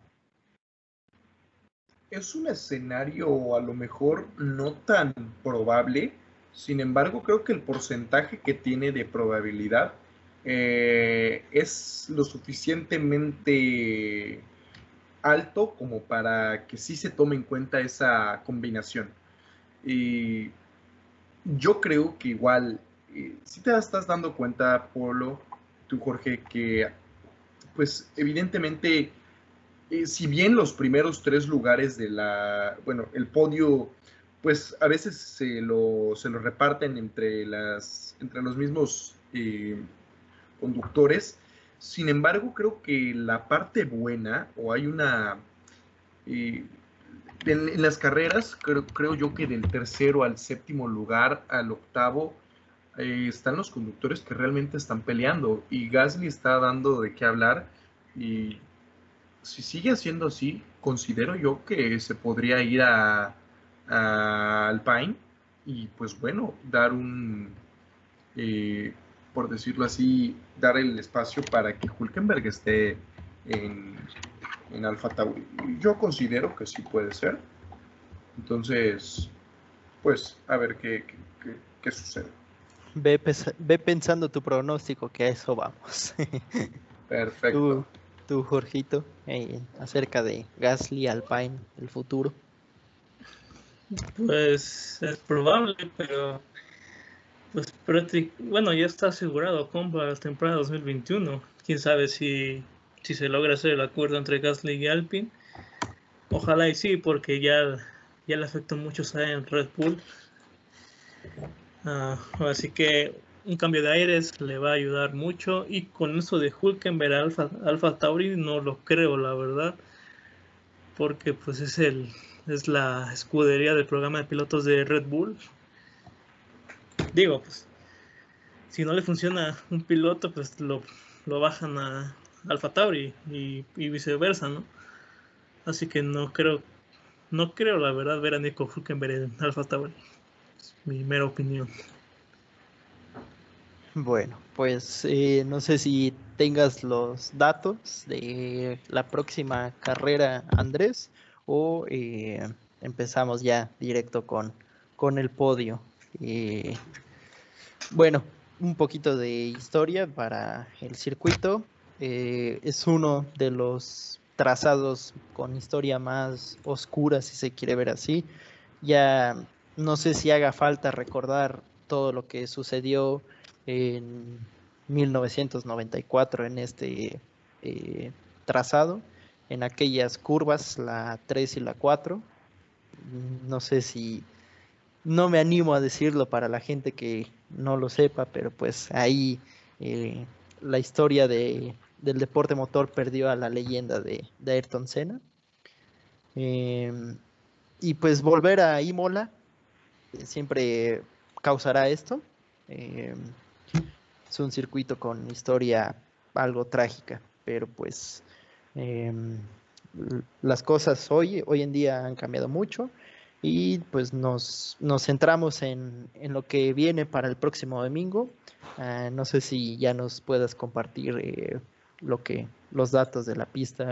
Es un escenario a lo mejor no tan probable, sin embargo creo que el porcentaje que tiene de probabilidad eh, es lo suficientemente alto como para que sí se tome en cuenta esa combinación. Y yo creo que igual, eh, si te estás dando cuenta, Polo, tú Jorge, que pues evidentemente, eh, si bien los primeros tres lugares de la, bueno, el podio, pues a veces se lo, se lo reparten entre, las, entre los mismos eh, conductores, sin embargo creo que la parte buena, o hay una... Eh, en, en, las carreras, creo, creo yo que del tercero al séptimo lugar, al octavo, eh, están los conductores que realmente están peleando y Gasly está dando de qué hablar y si sigue haciendo así, considero yo que se podría ir a, a Alpine y pues bueno, dar un, eh, por decirlo así, dar el espacio para que Hülkenberg esté en, en Alfa Tauri. Yo considero que sí puede ser. Entonces, pues a ver qué, qué, qué, qué sucede. Ve, ve pensando tu pronóstico, que a eso vamos. Perfecto. Tú, tú Jorgito, eh, acerca de Gasly, Alpine, el futuro. Pues es probable, pero pues bueno, ya está asegurado compra la temporada dos mil veintiuno. Quién sabe si, si se logra hacer el acuerdo entre Gasly y Alpine. Ojalá y sí, porque ya, ya le afectó mucho estar en Red Bull. Uh, así que un cambio de aires le va a ayudar mucho. Y con eso de Hülkenberg Alfa, Alfa Tauri no lo creo, la verdad. Porque pues es el es la escudería del programa de pilotos de Red Bull. Digo, pues si no le funciona un piloto, pues lo, lo bajan a Alfa Tauri y, y viceversa, ¿no? Así que no creo, no creo la verdad ver a Nico Hülkenberg en Alfa Tauri. Es mi mera opinión. Bueno, pues eh, no sé si tengas los datos de la próxima carrera, Andrés, o eh, empezamos ya directo con, con el podio. Eh, bueno, un poquito de historia para el circuito. Eh, es uno de los trazados con historia más oscura, si se quiere ver así. Ya no sé si haga falta recordar todo lo que sucedió en mil novecientos noventa y cuatro en este eh, trazado, en aquellas curvas, la tres y la cuatro. No sé si, no me animo a decirlo para la gente que no lo sepa, pero pues ahí eh, la historia de, del deporte motor perdió a la leyenda de, de Ayrton Senna. Eh, y pues volver a Imola siempre causará esto. Eh, es un circuito con historia algo trágica, pero pues eh, las cosas hoy, hoy en día han cambiado mucho y pues nos, nos centramos en, en lo que viene para el próximo domingo. Uh, no sé si ya nos puedas compartir eh, lo que, los datos de la pista.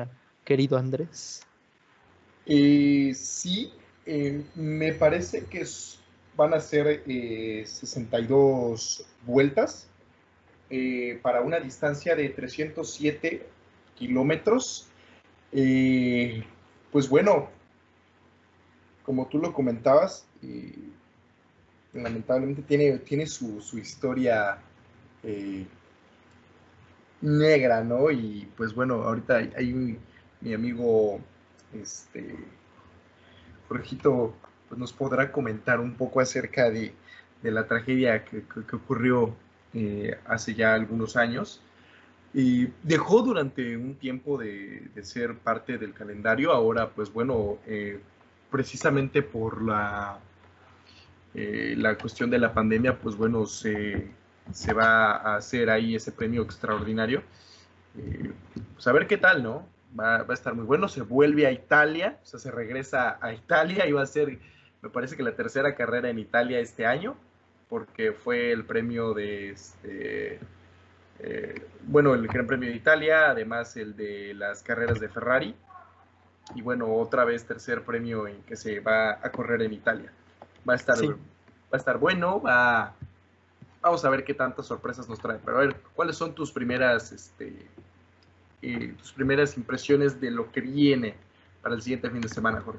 querido Andrés. Eh, sí, eh, me parece que es, van a ser eh, sesenta y dos vueltas eh, para una distancia de trescientos siete kilómetros. Eh, pues bueno, como tú lo comentabas, eh, lamentablemente tiene, tiene su, su historia eh, negra, ¿no? Y pues bueno, ahorita hay, hay un, mi amigo, este, Jorgito, pues nos podrá comentar un poco acerca de, de la tragedia que, que, que ocurrió eh, hace ya algunos años. Y dejó durante un tiempo de, de ser parte del calendario, ahora pues bueno, eh, precisamente por la, eh, la cuestión de la pandemia, pues bueno, se, se va a hacer ahí ese premio extraordinario. Eh, pues a ver qué tal, ¿no? Va, va, a estar muy bueno, se vuelve a Italia, o sea, se regresa a Italia y va a ser, me parece que la tercera carrera en Italia este año, porque fue el premio de, este, eh, bueno, el Gran Premio de Italia, además el de las carreras de Ferrari, y bueno, otra vez tercer premio en que se va a correr en Italia. Va a estar, sí. va a estar bueno, va, vamos a ver qué tantas sorpresas nos trae, pero a ver, ¿cuáles son tus primeras, este, Eh, tus primeras impresiones de lo que viene para el siguiente fin de semana, Jorge?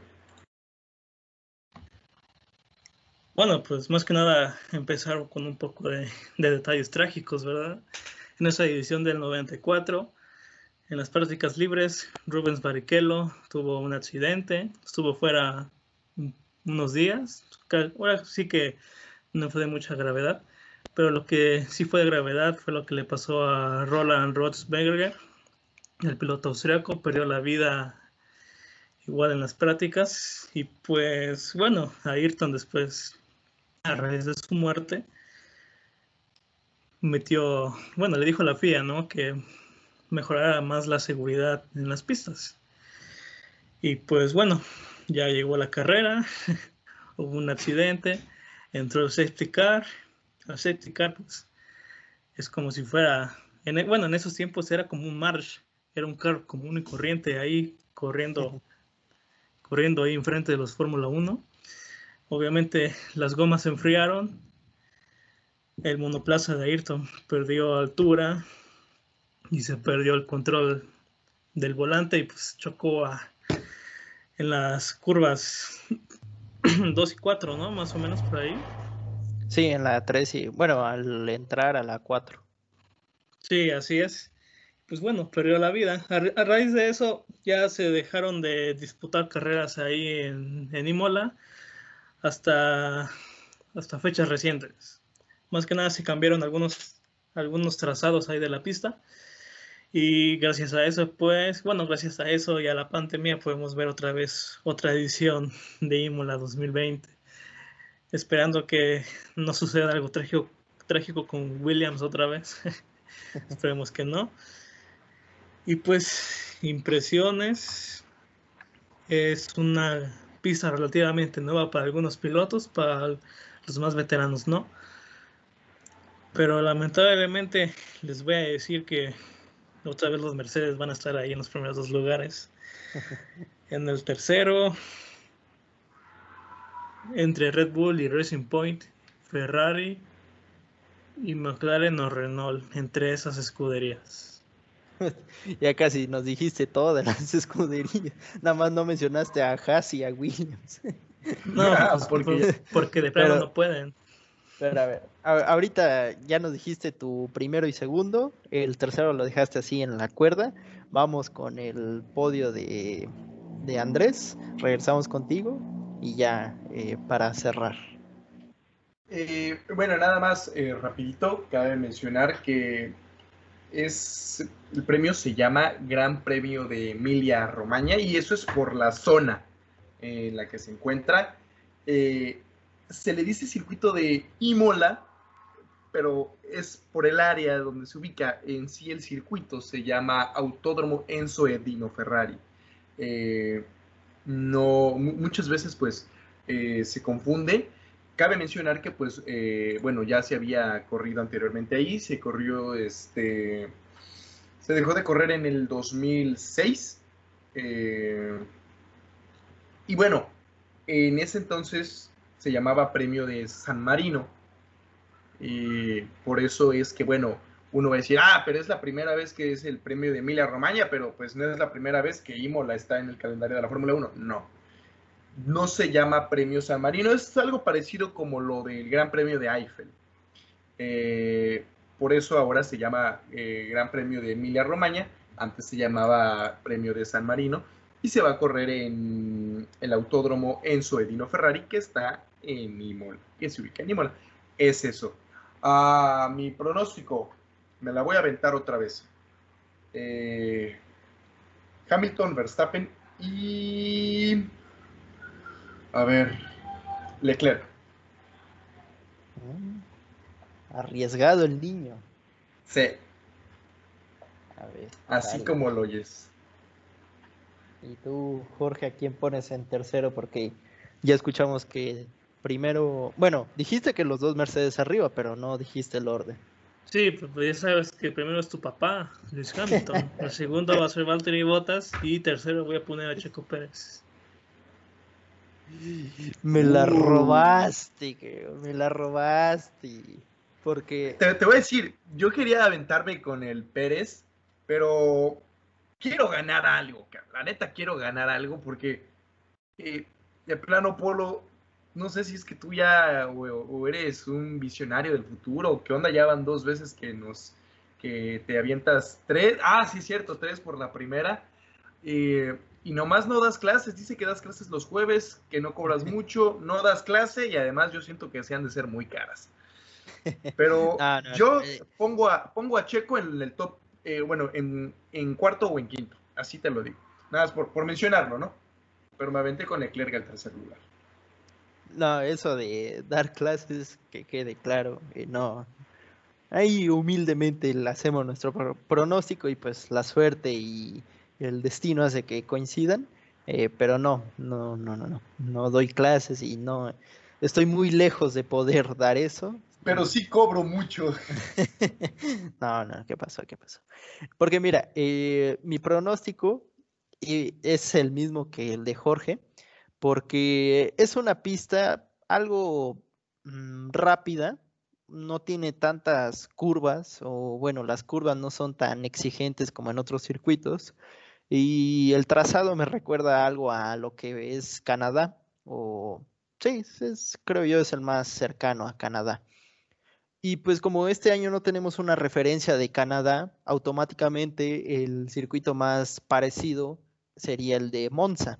Bueno, pues más que nada empezar con un poco de, de detalles trágicos, ¿verdad? En esa edición del noventa y cuatro, en las prácticas libres, Rubens Barrichello tuvo un accidente, estuvo fuera unos días, ahora sí que no fue de mucha gravedad, pero lo que sí fue de gravedad fue lo que le pasó a Roland Rothsberger, el piloto austriaco, perdió la vida igual en las prácticas, y pues bueno, a Ayrton después, a raíz de su muerte, metió, bueno, le dijo a la F I A, ¿no?, que mejorara más la seguridad en las pistas. Y pues bueno, ya llegó la carrera, hubo un accidente, entró el safety car, el safety car pues es como si fuera, en, bueno, en esos tiempos era como un March, era un carro común y corriente ahí corriendo, corriendo ahí enfrente de los Fórmula uno. Obviamente las gomas se enfriaron, el monoplaza de Ayrton perdió altura y se perdió el control del volante y pues chocó a, en las curvas dos y cuatro, ¿no? Más o menos por ahí. Sí, en la tres y bueno, al entrar a la cuatro. Sí, así es. Pues bueno, perdió la vida. A, a raíz de eso ya se dejaron de disputar carreras ahí en, en Imola hasta, hasta fechas recientes. Más que nada se cambiaron algunos, algunos trazados ahí de la pista. Y gracias a eso, pues, bueno, gracias a eso y a la pandemia podemos ver otra vez otra edición de Imola dos mil veinte. Esperando que no suceda algo trágico, trágico con Williams otra vez. Esperemos que no. Y pues, impresiones. Es una pista relativamente nueva para algunos pilotos, para los más veteranos no. Pero lamentablemente les voy a decir que otra vez los Mercedes van a estar ahí en los primeros dos lugares. En el tercero, entre Red Bull y Racing Point, Ferrari y McLaren o Renault, entre esas escuderías. Ya casi nos dijiste todo de las escuderías. Nada más no mencionaste a Haas y a Williams. No, pues porque, porque de plano no pueden. Pero a ver, a, ahorita ya nos dijiste tu primero y segundo, el tercero lo dejaste así en la cuerda. Vamos con el podio de, de Andrés, regresamos contigo y ya eh, para cerrar. Eh, bueno, nada más eh, rapidito, cabe mencionar que es el premio se llama Gran Premio de Emilia Romagna y eso es por la zona en la que se encuentra. Eh, se le dice circuito de Imola, pero es por el área donde se ubica. En sí el circuito se llama Autódromo Enzo Edino Ferrari. Eh, no, muchas veces pues eh, se confunde. Cabe mencionar que pues, eh, bueno, ya se había corrido anteriormente ahí, se corrió, este, se dejó de correr en el dos mil seis Eh, y bueno, en ese entonces se llamaba Premio de San Marino. Y por eso es que, bueno, uno va a decir, ah, pero es la primera vez que es el premio de Emilia Romagna, pero pues no es la primera vez que Imola está en el calendario de la Fórmula uno. No, no se llama Premio San Marino, es algo parecido como lo del Gran Premio de Eiffel. Eh, por eso ahora se llama eh, Gran Premio de Emilia Romagna, antes se llamaba Premio de San Marino, y se va a correr en el autódromo Enzo Edino Ferrari, que está en Imola, que se ubica en Imola. Es eso. Ah, mi pronóstico, me la voy a aventar otra vez. Eh, Hamilton, Verstappen y... A ver, Leclerc. Mm, arriesgado el niño. Sí. A ver. Así dale. como lo oyes. Y tú, Jorge, ¿a quién pones en tercero? Porque ya escuchamos que primero, bueno, dijiste que los dos Mercedes arriba, pero no dijiste el orden. Sí, pues ya sabes que primero es tu papá, Lewis Hamilton. El segundo va a ser Valtteri Bottas y tercero voy a poner a Checo Pérez. Me la Uh. robaste, que me la robaste. Porque Te, te voy a decir, yo quería aventarme con el Pérez, pero quiero ganar algo, cabrón. La neta quiero ganar algo porque eh, de plano, Polo, no sé si es que tú ya o, o eres un visionario del futuro, o qué onda, ya van dos veces que nos que te avientas tres, ah, sí, cierto, tres por la primera, eh, y nomás no das clases, dice que das clases los jueves, que no cobras mucho, no das clase y además yo siento que se han de ser muy caras. Pero no, no, yo eh, pongo a, pongo a Checo en el top, eh, bueno, en, en cuarto o en quinto, así te lo digo, nada más por, por mencionarlo, ¿no? Pero me aventé con Leclerc al tercer lugar. no, eso de dar clases, que quede claro, eh, no. Ahí humildemente le hacemos nuestro pro- pronóstico y pues la suerte y el destino hace que coincidan, eh, pero no, no, no, no, no, no doy clases y no, estoy muy lejos de poder dar eso. Pero sí cobro mucho. No, no, ¿qué pasó? ¿Qué pasó? Porque mira, eh, mi pronóstico eh, es el mismo que el de Jorge, porque es una pista algo mm, rápida, no tiene tantas curvas, o bueno, las curvas no son tan exigentes como en otros circuitos, y el trazado me recuerda algo a lo que es Canadá, o sí, es, creo yo es el más cercano a Canadá. Y pues como este año no tenemos una referencia de Canadá, automáticamente el circuito más parecido sería el de Monza.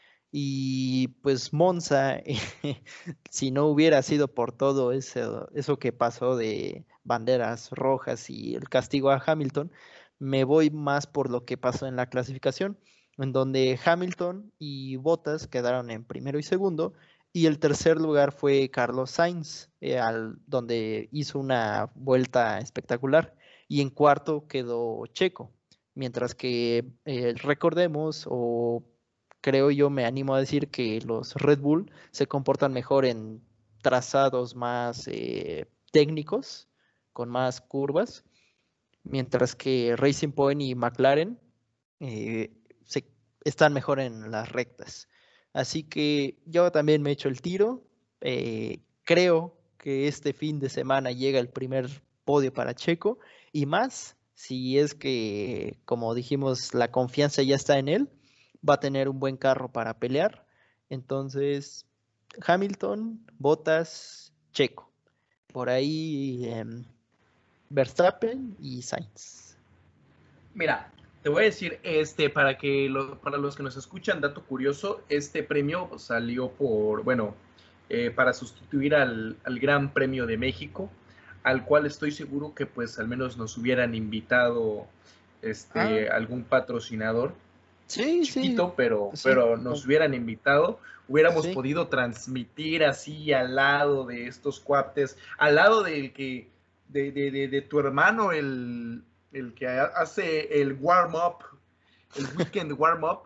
Y pues Monza, si no hubiera sido por todo eso, eso que pasó de banderas rojas y el castigo a Hamilton, me voy más por lo que pasó en la clasificación, en donde Hamilton y Bottas quedaron en primero y segundo, y el tercer lugar fue Carlos Sainz, eh, al, donde hizo una vuelta espectacular, y en cuarto quedó Checo, mientras que eh, recordemos o creo yo, me animo a decir que los Red Bull se comportan mejor en trazados más eh, técnicos, con más curvas, mientras que Racing Point y McLaren eh, se, están mejor en las rectas. Así que yo también me echo el tiro. Eh, creo que este fin de semana llega el primer podio para Checo y más si es que, como dijimos, la confianza ya está en él, va a tener un buen carro para pelear. Entonces, Hamilton, Bottas, Checo. Por ahí eh, Verstappen y Sainz. Mira, te voy a decir, este, para que lo, para los que nos escuchan, dato curioso, este premio salió por, bueno, eh, para sustituir al, al Gran Premio de México, al cual estoy seguro que pues al menos nos hubieran invitado este, Ah, algún patrocinador sí, sí, chiquito, pero, sí, pero nos hubieran invitado, hubiéramos sí. podido transmitir así al lado de estos cuates, al lado del que, de, de, de, de tu hermano, el, el que hace el warm-up, el weekend warm-up,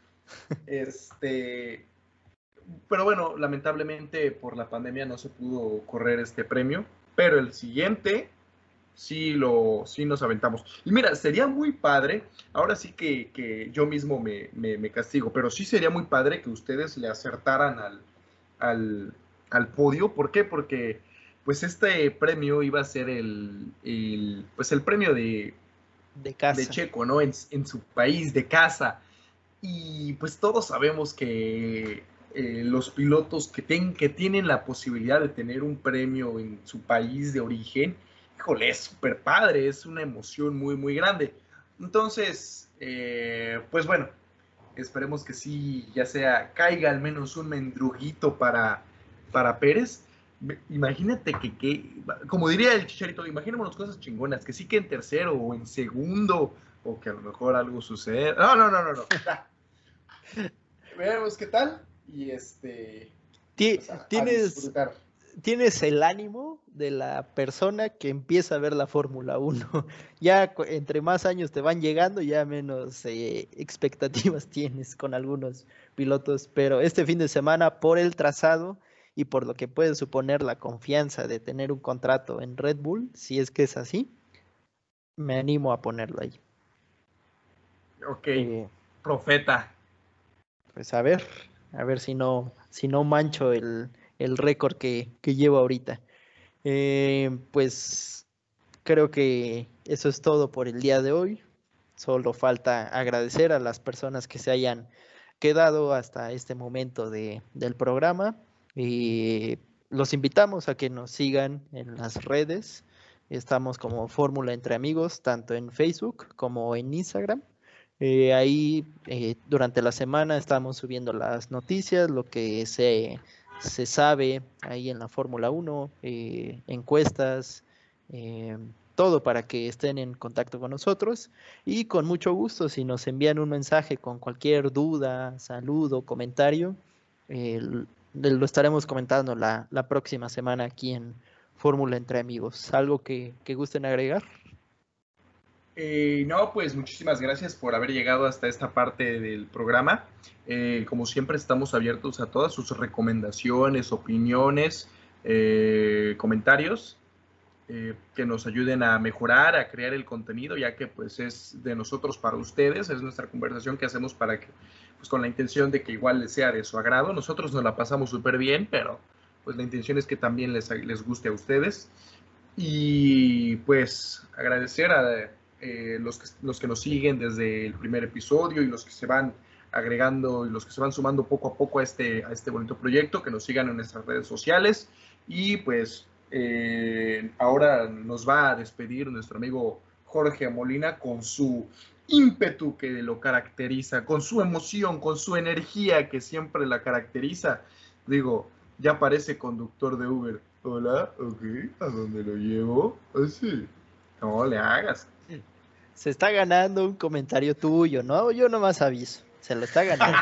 este, pero bueno, lamentablemente por la pandemia no se pudo correr este premio, pero el siguiente sí, lo, sí nos aventamos. Y mira, sería muy padre, ahora sí que, que yo mismo me, me, me castigo, pero sí sería muy padre que ustedes le acertaran al, al, al podio. ¿Por qué? Porque pues este premio iba a ser el, el pues el premio de, de casa, de Checo, ¿no? En, en su país, de casa. Y pues todos sabemos que eh, los pilotos que, ten, que tienen la posibilidad de tener un premio en su país de origen, híjole, es súper padre, es una emoción muy, muy grande. Entonces, eh, pues bueno, esperemos que sí, ya sea, caiga al menos un mendruguito para, para Pérez. Imagínate que, que, como diría el Chicharito, imaginémonos cosas chingonas, que sí que en tercero o en segundo, o que a lo mejor algo suceda. No, no, no, no, no. Veremos qué tal. Y este. Pues a, ¿Tienes, a tienes el ánimo de la persona que empieza a ver la Fórmula uno. Ya entre más años te van llegando, ya menos eh, expectativas tienes con algunos pilotos. Pero este fin de semana, por el trazado y por lo que puede suponer la confianza de tener un contrato en Red Bull, si es que es así, me animo a ponerlo ahí. Ok, eh, profeta. Pues a ver, a ver si no, si no mancho el, el récord que, que llevo ahorita. Eh, pues creo que eso es todo por el día de hoy. Solo falta agradecer a las personas que se hayan quedado hasta este momento de, del programa. Y los invitamos a que nos sigan en las redes. Estamos como Fórmula Entre Amigos, tanto en Facebook como en Instagram. Eh, ahí eh, durante la semana estamos subiendo las noticias, lo que se, se sabe ahí en la Fórmula uno, eh, encuestas, eh, todo para que estén en contacto con nosotros. Y con mucho gusto, si nos envían un mensaje con cualquier duda, saludo, comentario, eh, lo estaremos comentando la, la próxima semana aquí en Fórmula Entre Amigos. ¿Algo que, que gusten agregar? Eh, no, pues muchísimas gracias por haber llegado hasta esta parte del programa. Eh, como siempre, estamos abiertos a todas sus recomendaciones, opiniones, eh, comentarios eh, que nos ayuden a mejorar, a crear el contenido, ya que pues es de nosotros para ustedes, es nuestra conversación que hacemos para que, pues con la intención de que igual les sea de su agrado. Nosotros nos la pasamos súper bien, pero pues la intención es que también les, les guste a ustedes. Y pues agradecer a Eh, los, que, los que nos siguen desde el primer episodio y los que se van agregando y los que se van sumando poco a poco a este, a este bonito proyecto, que nos sigan en nuestras redes sociales. Y pues eh, ahora nos va a despedir nuestro amigo Jorge Molina con su ímpetu que lo caracteriza, con su emoción, con su energía que siempre la caracteriza. Digo, ya parece conductor de Uber. Hola, ok, ¿a dónde lo llevo? Así. No le hagas. Se está ganando un comentario tuyo, ¿no? Yo nomás aviso. Se lo está ganando.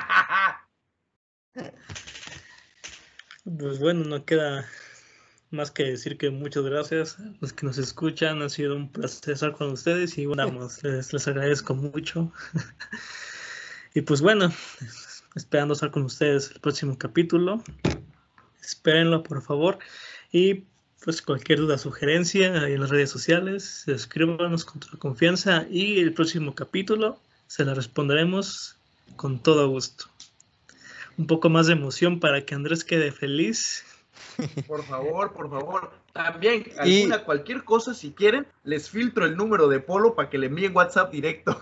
Pues bueno, no queda más que decir que muchas gracias a los que nos escuchan. Ha sido un placer estar con ustedes y bueno, les, les agradezco mucho. Y pues bueno, esperando estar con ustedes el próximo capítulo. Espérenlo, por favor. Y pues cualquier duda, sugerencia ahí en las redes sociales, escríbanos con toda confianza y el próximo capítulo se la responderemos con todo gusto. Un poco más de emoción para que Andrés quede feliz. Por favor, por favor. También, alguna, y... cualquier cosa, si quieren, les filtro el número de Polo para que le envíen WhatsApp directo.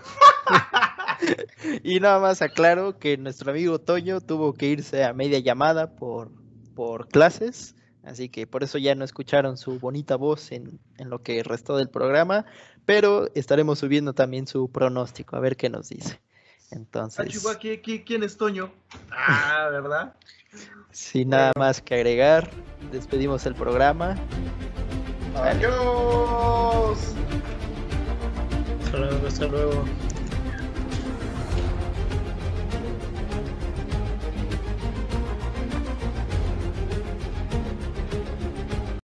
Y nada más aclaro que nuestro amigo Toño tuvo que irse a media llamada por, por clases. Así que por eso ya no escucharon su bonita voz en, en lo que restó del programa, pero estaremos subiendo también su pronóstico, a ver qué nos dice. Entonces... Ah, Chihuahua, ¿quién, quién es Toño? Ah, ¿verdad? Sin nada más que agregar, despedimos el programa. ¡Adiós! Hasta luego, hasta luego.